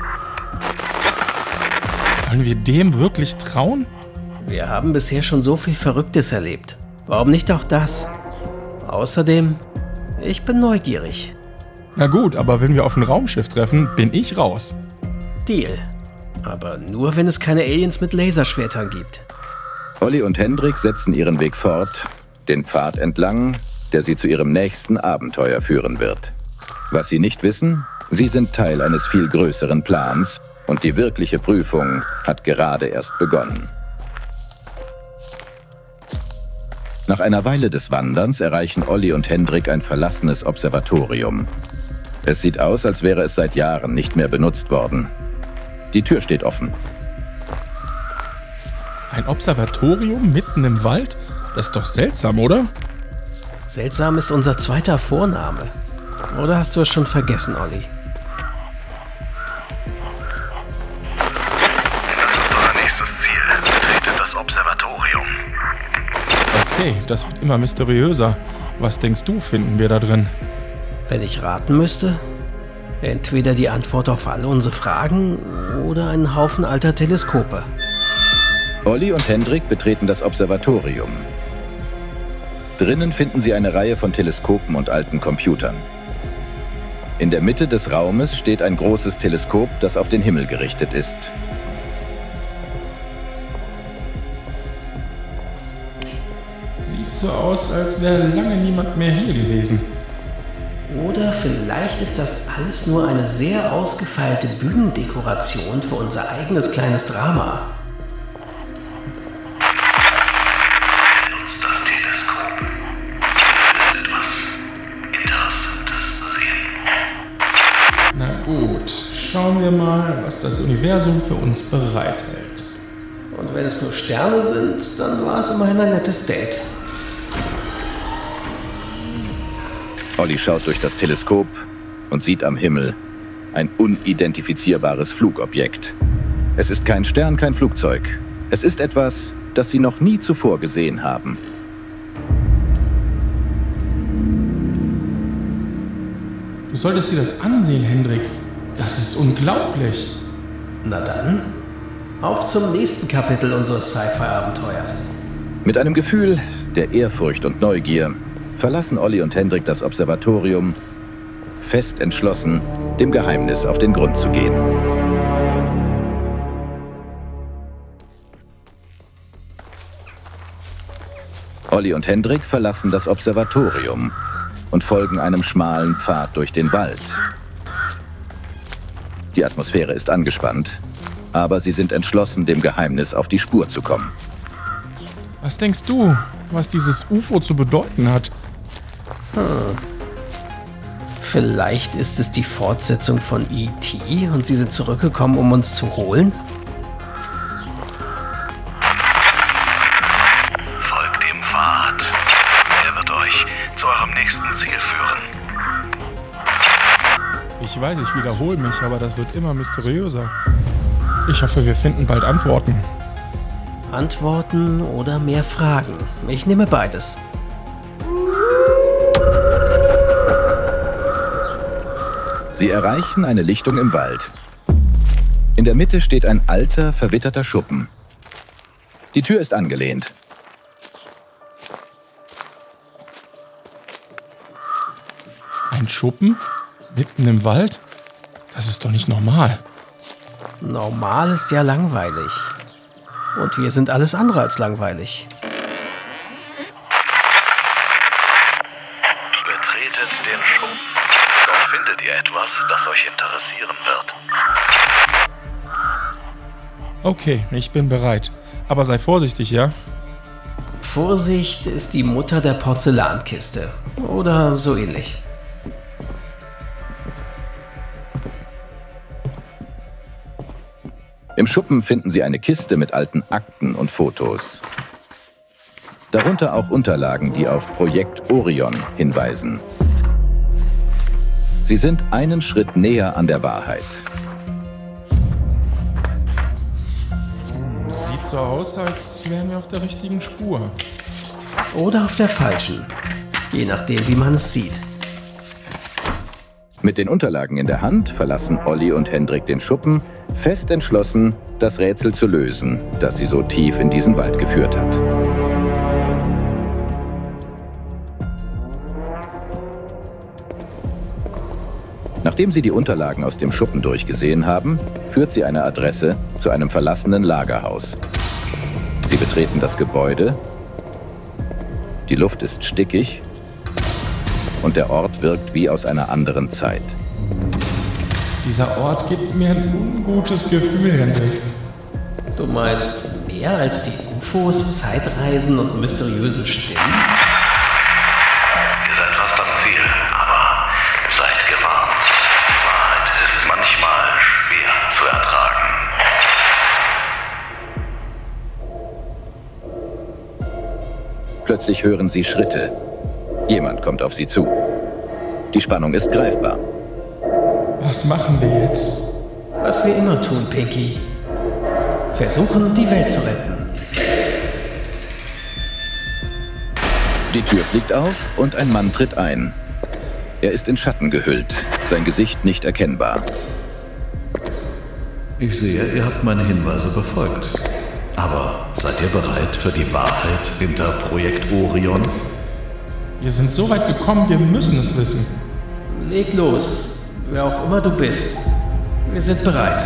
Sollen wir dem wirklich trauen? Wir haben bisher schon so viel Verrücktes erlebt. Warum nicht auch das? Außerdem, ich bin neugierig. Na gut, aber wenn wir auf ein Raumschiff treffen, bin ich raus. Deal. Aber nur, wenn es keine Aliens mit Laserschwertern gibt. Olli und Hendrik setzen ihren Weg fort, den Pfad entlang, der sie zu ihrem nächsten Abenteuer führen wird. Was sie nicht wissen, sie sind Teil eines viel größeren Plans und die wirkliche Prüfung hat gerade erst begonnen. Nach einer Weile des Wanderns erreichen Olli und Hendrik ein verlassenes Observatorium. Es sieht aus, als wäre es seit Jahren nicht mehr benutzt worden. Die Tür steht offen. Ein Observatorium mitten im Wald? Das ist doch seltsam, oder? Seltsam ist unser zweiter Vorname. Oder hast du es schon vergessen, Olli? Unser nächstes Ziel. Betretet das Observatorium. Okay, das wird immer mysteriöser. Was denkst du, finden wir da drin? Wenn ich raten müsste, entweder die Antwort auf alle unsere Fragen oder einen Haufen alter Teleskope. Olli und Hendrik betreten das Observatorium. Drinnen finden sie eine Reihe von Teleskopen und alten Computern. In der Mitte des Raumes steht ein großes Teleskop, das auf den Himmel gerichtet ist. Sieht so aus, als wäre lange niemand mehr hier gewesen. Oder vielleicht ist das alles nur eine sehr ausgefeilte Bühnendekoration für unser eigenes kleines Drama. Nutzt das Teleskop. Etwas Interessantes sehen. Na gut, schauen wir mal, was das Universum für uns bereithält. Und wenn es nur Sterne sind, dann war es immerhin ein nettes Date. Olli schaut durch das Teleskop und sieht am Himmel ein unidentifizierbares Flugobjekt. Es ist kein Stern, kein Flugzeug. Es ist etwas, das sie noch nie zuvor gesehen haben. Du solltest dir das ansehen, Hendrik. Das ist unglaublich. Na dann, auf zum nächsten Kapitel unseres Sci-Fi-Abenteuers. Mit einem Gefühl der Ehrfurcht und Neugier verlassen Olli und Hendrik das Observatorium, fest entschlossen, dem Geheimnis auf den Grund zu gehen. Olli und Hendrik verlassen das Observatorium und folgen einem schmalen Pfad durch den Wald. Die Atmosphäre ist angespannt, aber sie sind entschlossen, dem Geheimnis auf die Spur zu kommen. Was denkst du, was dieses U F O zu bedeuten hat? Hm. Vielleicht ist es die Fortsetzung von E T und sie sind zurückgekommen, um uns zu holen? Folgt dem Pfad. Er wird euch zu eurem nächsten Ziel führen. Ich weiß, ich wiederhole mich, aber das wird immer mysteriöser. Ich hoffe, wir finden bald Antworten. Antworten oder mehr Fragen? Ich nehme beides. Sie erreichen eine Lichtung im Wald. In der Mitte steht ein alter, verwitterter Schuppen. Die Tür ist angelehnt. Ein Schuppen? Mitten im Wald? Das ist doch nicht normal. Normal ist ja langweilig. Und wir sind alles andere als langweilig. Betretet den Schuppen. Dort findet ihr etwas, das euch interessieren wird. Okay, ich bin bereit. Aber sei vorsichtig, ja? Vorsicht ist die Mutter der Porzellankiste. Oder so ähnlich. Im Schuppen finden Sie eine Kiste mit alten Akten und Fotos. Darunter auch Unterlagen, die auf Projekt Orion hinweisen. Sie sind einen Schritt näher an der Wahrheit. Sieht so aus, als wären wir auf der richtigen Spur. Oder auf der falschen. Je nachdem, wie man es sieht. Mit den Unterlagen in der Hand verlassen Olli und Hendrik den Schuppen, fest entschlossen, das Rätsel zu lösen, das sie so tief in diesen Wald geführt hat. Nachdem sie die Unterlagen aus dem Schuppen durchgesehen haben, führt sie eine Adresse zu einem verlassenen Lagerhaus. Sie betreten das Gebäude. Die Luft ist stickig und der Ort wirkt wie aus einer anderen Zeit. Dieser Ort gibt mir ein ungutes Gefühl, Hendrik. Du meinst mehr als die U F Os, Zeitreisen und mysteriösen Stimmen? Ihr seid fast am Ziel, aber seid gewarnt. Die Wahrheit ist manchmal schwer zu ertragen. Plötzlich hören Sie Schritte. Jemand kommt auf Sie zu. Die Spannung ist greifbar. Was machen wir jetzt? Was wir immer tun, Pinky. Versuchen, die Welt zu retten. Die Tür fliegt auf und ein Mann tritt ein. Er ist in Schatten gehüllt, sein Gesicht nicht erkennbar. Ich sehe, ihr habt meine Hinweise befolgt. Aber seid ihr bereit für die Wahrheit hinter Projekt Orion? Wir sind so weit gekommen, wir müssen es wissen. Leg los, wer auch immer du bist. Wir sind bereit.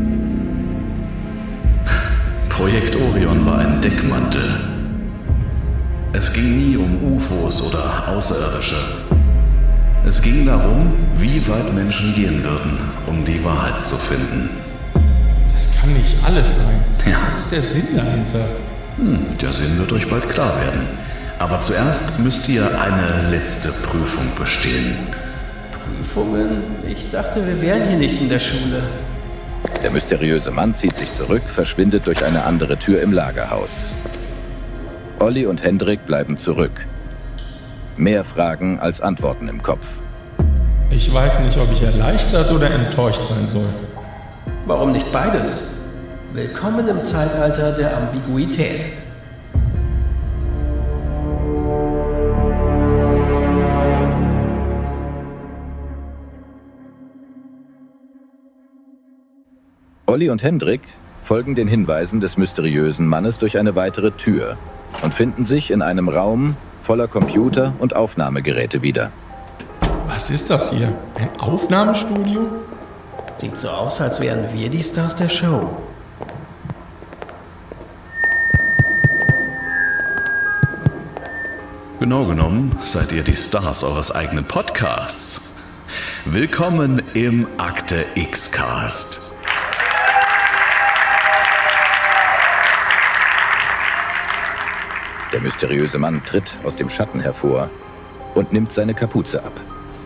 Projekt Orion war ein Deckmantel. Es ging nie um U F Os oder Außerirdische. Es ging darum, wie weit Menschen gehen würden, um die Wahrheit zu finden. Das kann nicht alles sein. Ja. Was ist der Sinn dahinter? Hm, der Sinn wird euch bald klar werden. Aber zuerst müsst ihr eine letzte Prüfung bestehen. Prüfungen? Ich dachte, wir wären hier nicht in der Schule. Der mysteriöse Mann zieht sich zurück, verschwindet durch eine andere Tür im Lagerhaus. Olli und Hendrik bleiben zurück. Mehr Fragen als Antworten im Kopf. Ich weiß nicht, ob ich erleichtert oder enttäuscht sein soll. Warum nicht beides? Willkommen im Zeitalter der Ambiguität. Olli und Hendrik folgen den Hinweisen des mysteriösen Mannes durch eine weitere Tür und finden sich in einem Raum voller Computer und Aufnahmegeräte wieder. Was ist das hier? Ein Aufnahmestudio? Sieht so aus, als wären wir die Stars der Show. Genau genommen seid ihr die Stars eures eigenen Podcasts. Willkommen im Akte X-Cast. Der mysteriöse Mann tritt aus dem Schatten hervor und nimmt seine Kapuze ab.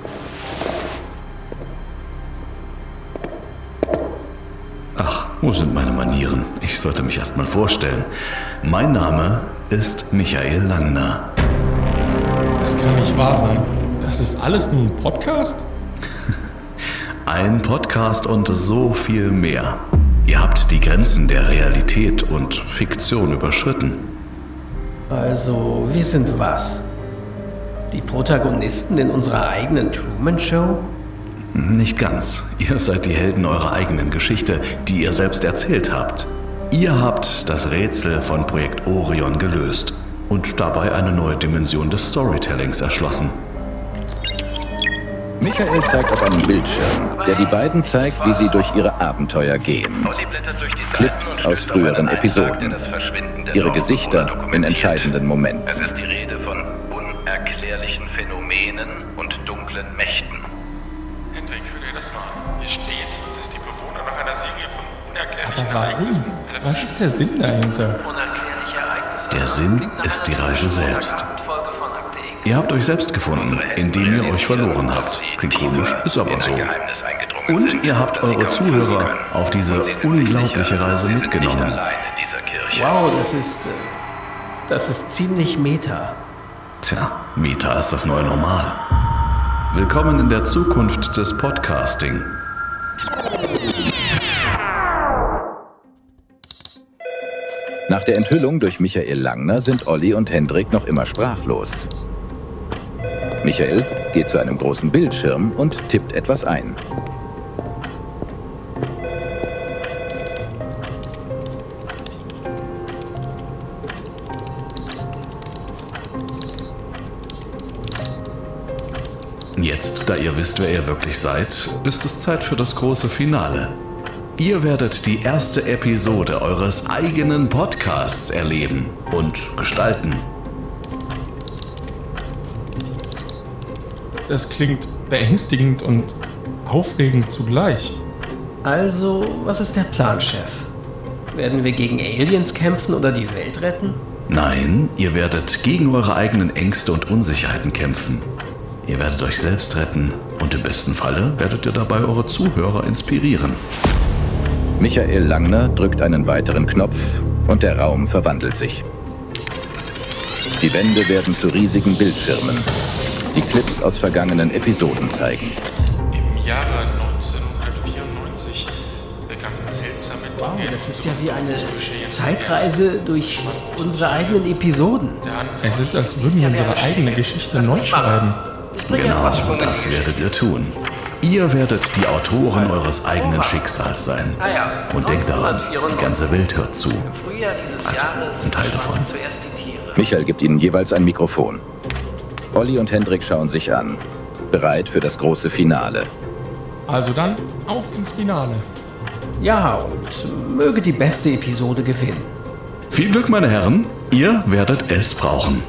Ach, wo sind meine Manieren? Ich sollte mich erst mal vorstellen. Mein Name ist Michael Langner. Das kann nicht wahr sein. Das ist alles nur ein Podcast? Ein Podcast und so viel mehr. Ihr habt die Grenzen der Realität und Fiktion überschritten. Also, wir sind was? Die Protagonisten in unserer eigenen Truman-Show? Nicht ganz. Ihr seid die Helden eurer eigenen Geschichte, die ihr selbst erzählt habt. Ihr habt das Rätsel von Projekt Orion gelöst und dabei eine neue Dimension des Storytellings erschlossen. Michael zeigt auf einen Bildschirm, der die beiden zeigt, wie sie durch ihre Abenteuer gehen. Clips aus früheren Episoden. Ihre Gesichter in entscheidenden Momenten. Es ist die Rede von unerklärlichen Phänomenen und dunklen Mächten. Hendrik, hör dir das mal an. Hier steht, dass die Bewohner nach einer Serie von unerklärlichen Aber warum? Was ist der Sinn dahinter? Der Sinn ist die Reise selbst. Ihr habt euch selbst gefunden, indem ihr euch verloren habt. Klingt komisch, ist aber so. Und ihr habt eure Zuhörer auf diese unglaubliche Reise mitgenommen. Wow, das ist... Äh, das ist ziemlich meta. Tja, Meta ist das neue Normal. Willkommen in der Zukunft des Podcasting. Nach der Enthüllung durch Michael Langner sind Olli und Hendrik noch immer sprachlos. Michael geht zu einem großen Bildschirm und tippt etwas ein. Jetzt, da ihr wisst, wer ihr wirklich seid, ist es Zeit für das große Finale. Ihr werdet die erste Episode eures eigenen Podcasts erleben und gestalten. Das klingt beängstigend und aufregend zugleich. Also, was ist der Plan, Chef? Werden wir gegen Aliens kämpfen oder die Welt retten? Nein, ihr werdet gegen eure eigenen Ängste und Unsicherheiten kämpfen. Ihr werdet euch selbst retten und im besten Falle werdet ihr dabei eure Zuhörer inspirieren. Michael Langner drückt einen weiteren Knopf und der Raum verwandelt sich. Die Wände werden zu riesigen Bildschirmen, die Clips aus vergangenen Episoden zeigen. Im Jahre neunzehnhundertvierundneunzig begannen seltsame Wow, Dinge. das ist ja wie eine Zeitreise durch unsere eigenen Episoden. Es ist, als würden wir unsere eigene Geschichte neu schreiben. Genau, das werdet ihr tun. Ihr werdet die Autoren eures eigenen Schicksals sein. Und denkt daran, die ganze Welt hört zu. Also, ein Teil davon. Michael gibt ihnen jeweils ein Mikrofon. Olli und Hendrik schauen sich an, bereit für das große Finale. Also dann, auf ins Finale. Ja, und möge die beste Episode gewinnen. Viel Glück, meine Herren. Ihr werdet es brauchen.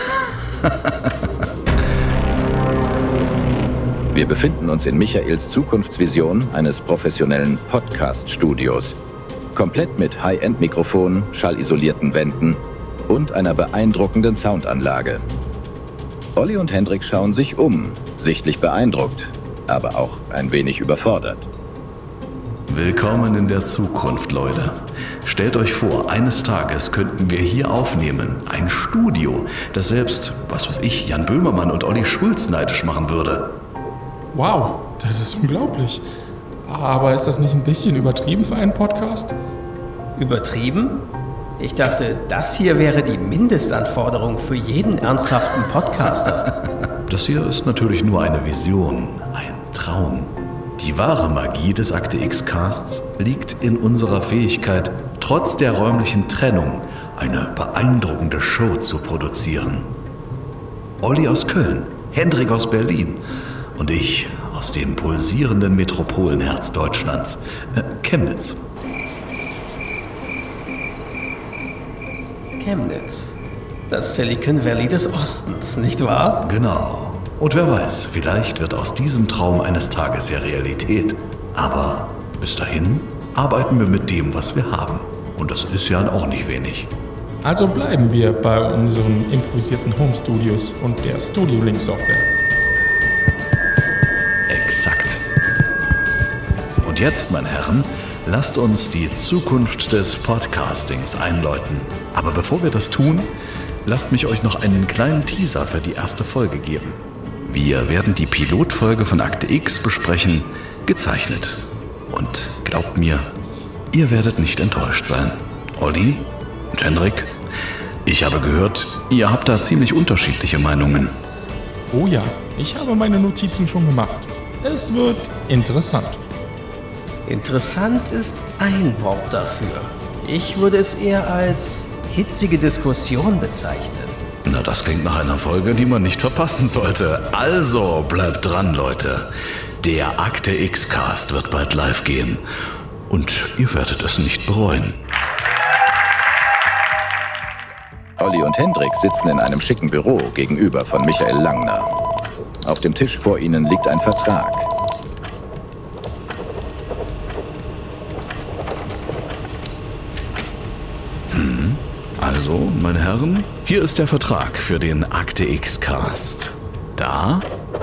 Wir befinden uns in Michaels Zukunftsvision eines professionellen Podcast-Studios. Komplett mit High-End-Mikrofonen, schallisolierten Wänden und einer beeindruckenden Soundanlage. Olli und Hendrik schauen sich um, sichtlich beeindruckt, aber auch ein wenig überfordert. Willkommen in der Zukunft, Leute. Stellt euch vor, eines Tages könnten wir hier aufnehmen. Ein Studio, das selbst, was weiß ich, Jan Böhmermann und Olli Schulz neidisch machen würde. Wow, das ist unglaublich. Aber ist das nicht ein bisschen übertrieben für einen Podcast? Übertrieben? Ich dachte, das hier wäre die Mindestanforderung für jeden ernsthaften Podcaster. Das hier ist natürlich nur eine Vision, ein Traum. Die wahre Magie des Akte X-Casts liegt in unserer Fähigkeit, trotz der räumlichen Trennung eine beeindruckende Show zu produzieren. Olli aus Köln, Hendrik aus Berlin und ich aus dem pulsierenden Metropolenherz Deutschlands, äh, Chemnitz. Chemnitz. Das Silicon Valley des Ostens, nicht wahr? Genau. Und wer weiß, vielleicht wird aus diesem Traum eines Tages ja Realität. Aber bis dahin arbeiten wir mit dem, was wir haben. Und das ist ja auch nicht wenig. Also bleiben wir bei unseren improvisierten Home Studios und der Studio Link Software. Exakt. Und jetzt, meine Herren, lasst uns die Zukunft des Podcastings einläuten. Aber bevor wir das tun, lasst mich euch noch einen kleinen Teaser für die erste Folge geben. Wir werden die Pilotfolge von Akte X besprechen, gezeichnet. Und glaubt mir, ihr werdet nicht enttäuscht sein. Olli und Hendrik, ich habe gehört, ihr habt da ziemlich unterschiedliche Meinungen. Oh ja, ich habe meine Notizen schon gemacht. Es wird interessant. Interessant ist ein Wort dafür. Ich würde es eher als hitzige Diskussion bezeichnen. Na, das klingt nach einer Folge, die man nicht verpassen sollte. Also, bleibt dran, Leute. Der Akte X-Cast wird bald live gehen. Und ihr werdet es nicht bereuen. Olli und Hendrik sitzen in einem schicken Büro gegenüber von Michael Langner. Auf dem Tisch vor ihnen liegt ein Vertrag. Hm. Also, meine Herren, hier ist der Vertrag für den Akte X-Cast. Da.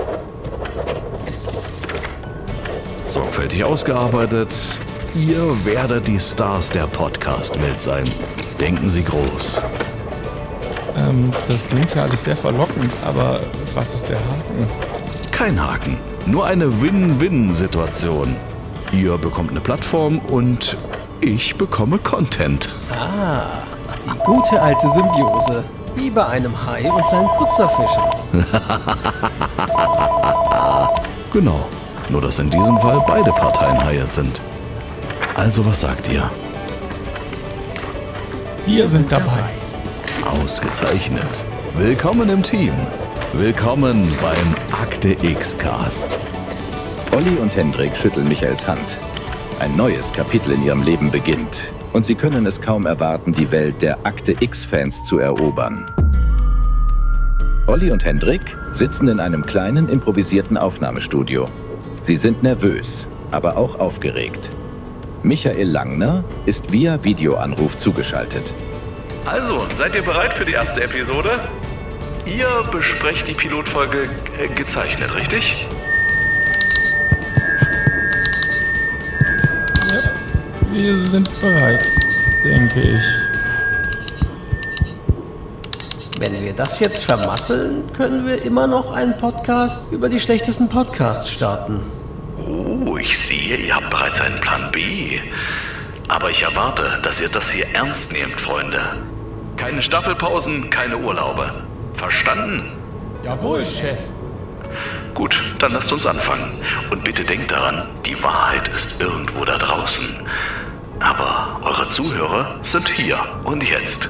Sorgfältig ausgearbeitet. Ihr werdet die Stars der Podcast-Welt sein. Denken Sie groß. Ähm, das klingt ja alles sehr verlockend, aber was ist der Haken? Kein Haken, nur eine Win-Win-Situation. Ihr bekommt eine Plattform und ich bekomme Content. Ah, die gute alte Symbiose. Wie bei einem Hai und seinen Putzerfischen. Genau, nur dass in diesem Fall beide Parteien Haie sind. Also was sagt ihr? Wir sind dabei. Ausgezeichnet. Willkommen im Team. Willkommen beim Akte X-Cast. Olli und Hendrik schütteln Michaels Hand. Ein neues Kapitel in ihrem Leben beginnt und sie können es kaum erwarten, die Welt der Akte X-Fans zu erobern. Olli und Hendrik sitzen in einem kleinen, improvisierten Aufnahmestudio. Sie sind nervös, aber auch aufgeregt. Michael Langner ist via Videoanruf zugeschaltet. Also, seid ihr bereit für die erste Episode? Ihr besprecht die Pilotfolge äh, gezeichnet, richtig? Ja, wir sind bereit, denke ich. Wenn wir das jetzt vermasseln, können wir immer noch einen Podcast über die schlechtesten Podcasts starten. Oh, ich sehe, ihr habt bereits einen Plan B. Aber ich erwarte, dass ihr das hier ernst nehmt, Freunde. Keine Staffelpausen, keine Urlaube. Verstanden? Jawohl, Chef. Gut, dann lasst uns anfangen. Und bitte denkt daran, die Wahrheit ist irgendwo da draußen. Aber eure Zuhörer sind hier und jetzt.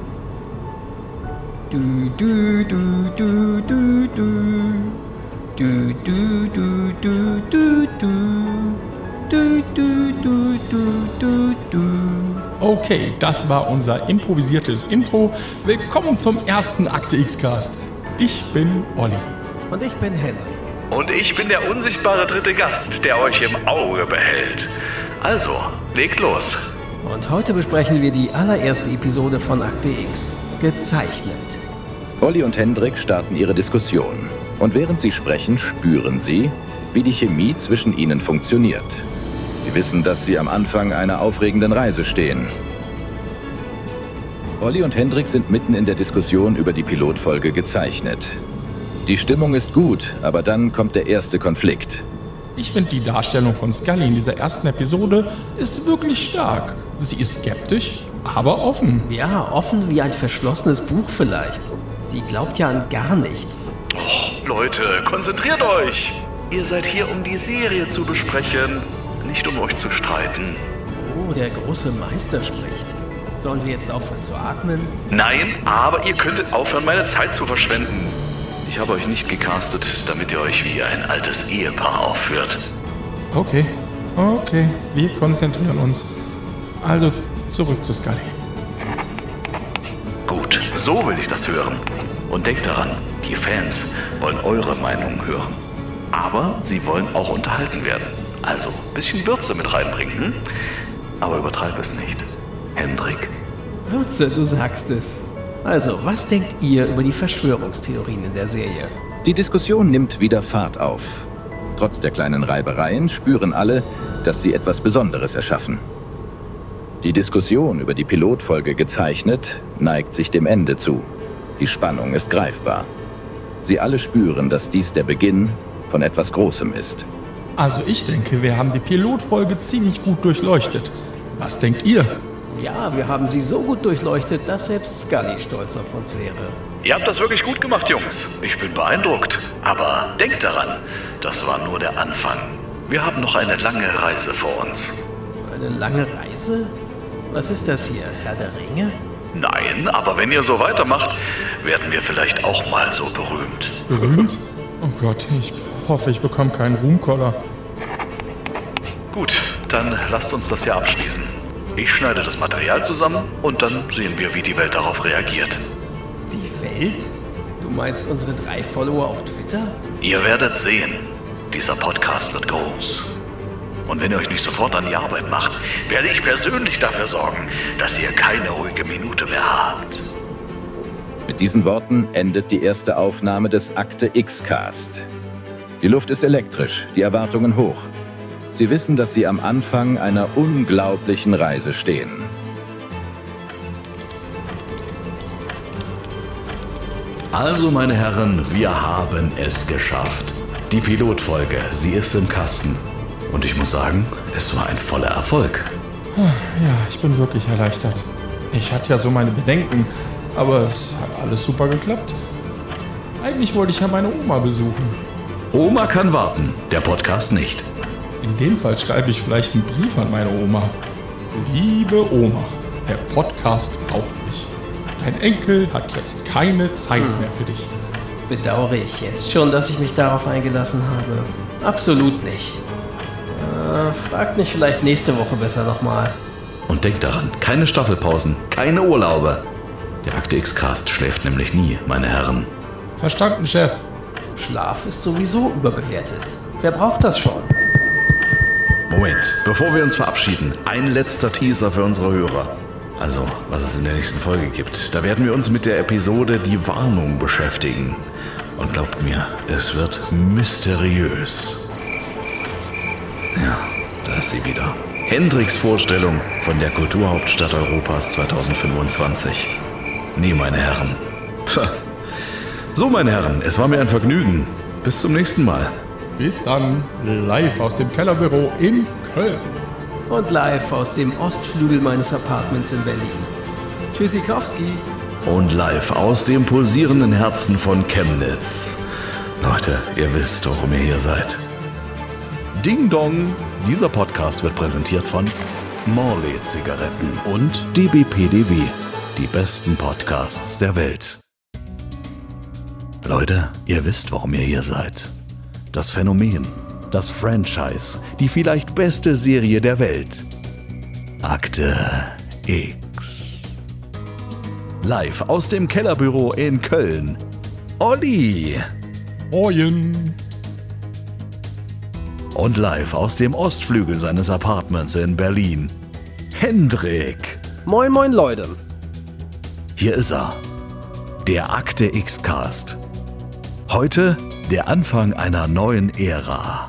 Du, du, du, du, du, du. Du, du, du, du, du, du. Du, du, du, du, du, du. Okay, das war unser improvisiertes Intro. Willkommen zum ersten Akte X-Cast. Ich bin Olli. Und ich bin Hendrik. Und ich bin der unsichtbare dritte Gast, der euch im Auge behält. Also, legt los. Und heute besprechen wir die allererste Episode von Akte X. Gezeichnet. Olli und Hendrik starten ihre Diskussion. Und während sie sprechen, spüren sie, wie die Chemie zwischen ihnen funktioniert. Sie wissen, dass sie am Anfang einer aufregenden Reise stehen. Olli und Hendrik sind mitten in der Diskussion über die Pilotfolge gezeichnet. Die Stimmung ist gut, aber dann kommt der erste Konflikt. Ich finde, die Darstellung von Scully in dieser ersten Episode ist wirklich stark. Sie ist skeptisch, aber offen. Ja, offen wie ein verschlossenes Buch vielleicht. Sie glaubt ja an gar nichts. Oh, Leute, konzentriert euch! Ihr seid hier, um die Serie zu besprechen, nicht um euch zu streiten. Oh, der große Meister spricht. Sollen wir jetzt aufhören zu atmen? Nein, aber ihr könntet aufhören, meine Zeit zu verschwenden. Ich habe euch nicht gecastet, damit ihr euch wie ein altes Ehepaar aufführt. Okay, okay, wir konzentrieren uns. Also zurück zu Scully. Gut, so will ich das hören. Und denkt daran, die Fans wollen eure Meinung hören. Aber sie wollen auch unterhalten werden. Also ein bisschen Würze mit reinbringen. Hm? Aber übertreib es nicht. Hendrik? Würze, du sagst es. Also, was denkt ihr über die Verschwörungstheorien in der Serie? Die Diskussion nimmt wieder Fahrt auf. Trotz der kleinen Reibereien spüren alle, dass sie etwas Besonderes erschaffen. Die Diskussion über die Pilotfolge gezeichnet neigt sich dem Ende zu. Die Spannung ist greifbar. Sie alle spüren, dass dies der Beginn von etwas Großem ist. Also ich denke, wir haben die Pilotfolge ziemlich gut durchleuchtet. Was denkt ihr? Ja, wir haben sie so gut durchleuchtet, dass selbst Scully stolz auf uns wäre. Ihr habt das wirklich gut gemacht, Jungs. Ich bin beeindruckt. Aber denkt daran, das war nur der Anfang. Wir haben noch eine lange Reise vor uns. Eine lange Reise? Was ist das hier, Herr der Ringe? Nein, aber wenn ihr so weitermacht, werden wir vielleicht auch mal so berühmt. Berühmt? Oh Gott, ich hoffe, ich bekomme keinen Ruhmkoller. Gut, dann lasst uns das hier abschließen. Ich schneide das Material zusammen und dann sehen wir, wie die Welt darauf reagiert. Die Welt? Du meinst unsere drei Follower auf Twitter? Ihr werdet sehen, dieser Podcast wird groß. Und wenn ihr euch nicht sofort an die Arbeit macht, werde ich persönlich dafür sorgen, dass ihr keine ruhige Minute mehr habt. Mit diesen Worten endet die erste Aufnahme des Akte X-Cast. Die Luft ist elektrisch, die Erwartungen hoch. Sie wissen, dass sie am Anfang einer unglaublichen Reise stehen. Also, meine Herren, wir haben es geschafft. Die Pilotfolge, sie ist im Kasten. Und ich muss sagen, es war ein voller Erfolg. Ja, ich bin wirklich erleichtert. Ich hatte ja so meine Bedenken, aber es hat alles super geklappt. Eigentlich wollte ich ja meine Oma besuchen. Oma kann warten, der Podcast nicht. In dem Fall schreibe ich vielleicht einen Brief an meine Oma. Liebe Oma, der Podcast braucht mich. Dein Enkel hat jetzt keine Zeit mehr für dich. Bedauere ich jetzt schon, dass ich mich darauf eingelassen habe? Absolut nicht. Äh, fragt mich vielleicht nächste Woche besser nochmal. Und denkt daran, keine Staffelpausen, keine Urlaube. Der Akte X-Cast schläft nämlich nie, meine Herren. Verstanden, Chef. Schlaf ist sowieso überbewertet. Wer braucht das schon? Moment, bevor wir uns verabschieden, ein letzter Teaser für unsere Hörer. Also, was es in der nächsten Folge gibt. Da werden wir uns mit der Episode Die Warnung beschäftigen. Und glaubt mir, es wird mysteriös. Ja, da ist sie wieder. Hendricks Vorstellung von der Kulturhauptstadt Europas zweitausendfünfundzwanzig. Nee, meine Herren. Pah. So, meine Herren, es war mir ein Vergnügen. Bis zum nächsten Mal. Bis dann, live aus dem Kellerbüro in Köln. Und live aus dem Ostflügel meines Apartments in Berlin. Tschüssikowski. Und live aus dem pulsierenden Herzen von Chemnitz. Leute, ihr wisst, warum ihr hier seid. Ding Dong! Dieser Podcast wird präsentiert von Morley-Zigaretten und D B P D W, die besten Podcasts der Welt. Leute, ihr wisst, warum ihr hier seid. Das Phänomen, das Franchise, die vielleicht beste Serie der Welt. Akte X. Live aus dem Kellerbüro in Köln. Olli. Moin. Und live aus dem Ostflügel seines Apartments in Berlin. Hendrik. Moin moin Leute. Hier ist er. Der Akte X-Cast. Heute der Anfang einer neuen Ära.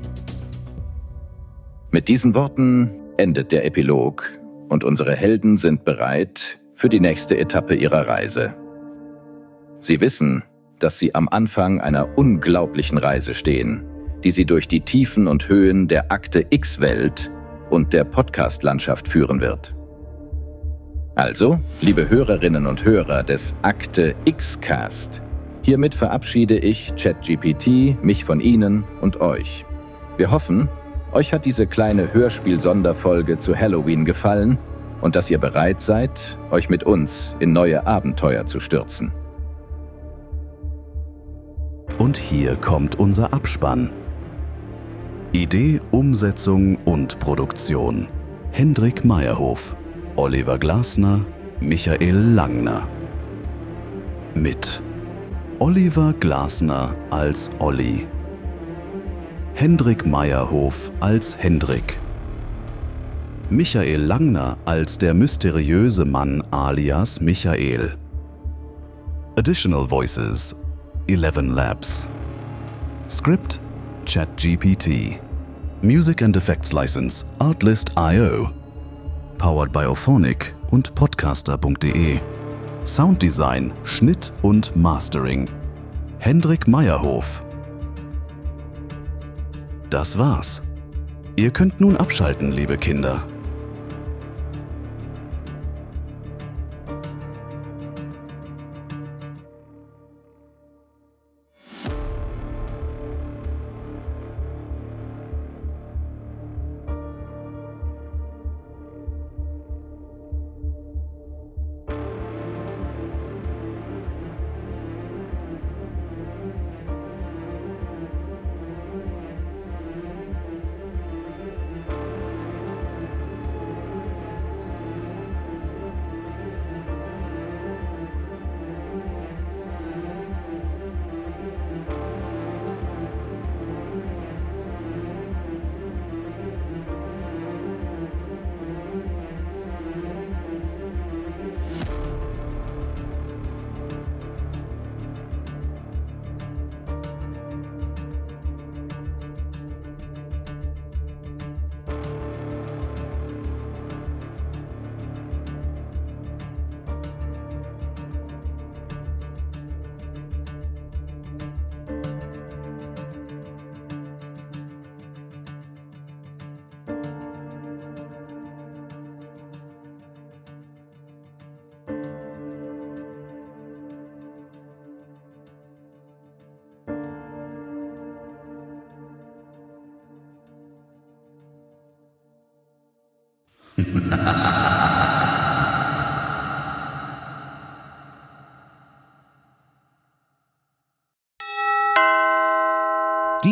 Mit diesen Worten endet der Epilog und unsere Helden sind bereit für die nächste Etappe ihrer Reise. Sie wissen, dass sie am Anfang einer unglaublichen Reise stehen, die sie durch die Tiefen und Höhen der Akte X-Welt und der Podcast-Landschaft führen wird. Also, liebe Hörerinnen und Hörer des Akte X-Cast, hiermit verabschiede ich ChatGPT, mich von Ihnen und euch. Wir hoffen, euch hat diese kleine Hörspiel-Sonderfolge zu Halloween gefallen und dass ihr bereit seid, euch mit uns in neue Abenteuer zu stürzen. Und hier kommt unser Abspann. Idee, Umsetzung und Produktion: Hendrik Meyerhof, Oliver Glasner, Michael Langner. Mit Oliver Glasner als Olli, Hendrik Meyerhof als Hendrik, Michael Langner als der mysteriöse Mann alias Michael. Additional Voices: Eleven Labs. Script: ChatGPT. Music and Effects License: Artlist Punkt i o. Powered by Auphonic und podcaster punkt de. Sounddesign, Schnitt und Mastering: Hendrik Meyerhof. Das war's. Ihr könnt nun abschalten, liebe Kinder.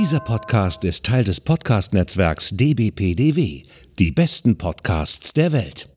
Dieser Podcast ist Teil des Podcast-Netzwerks D B P D W, die besten Podcasts der Welt.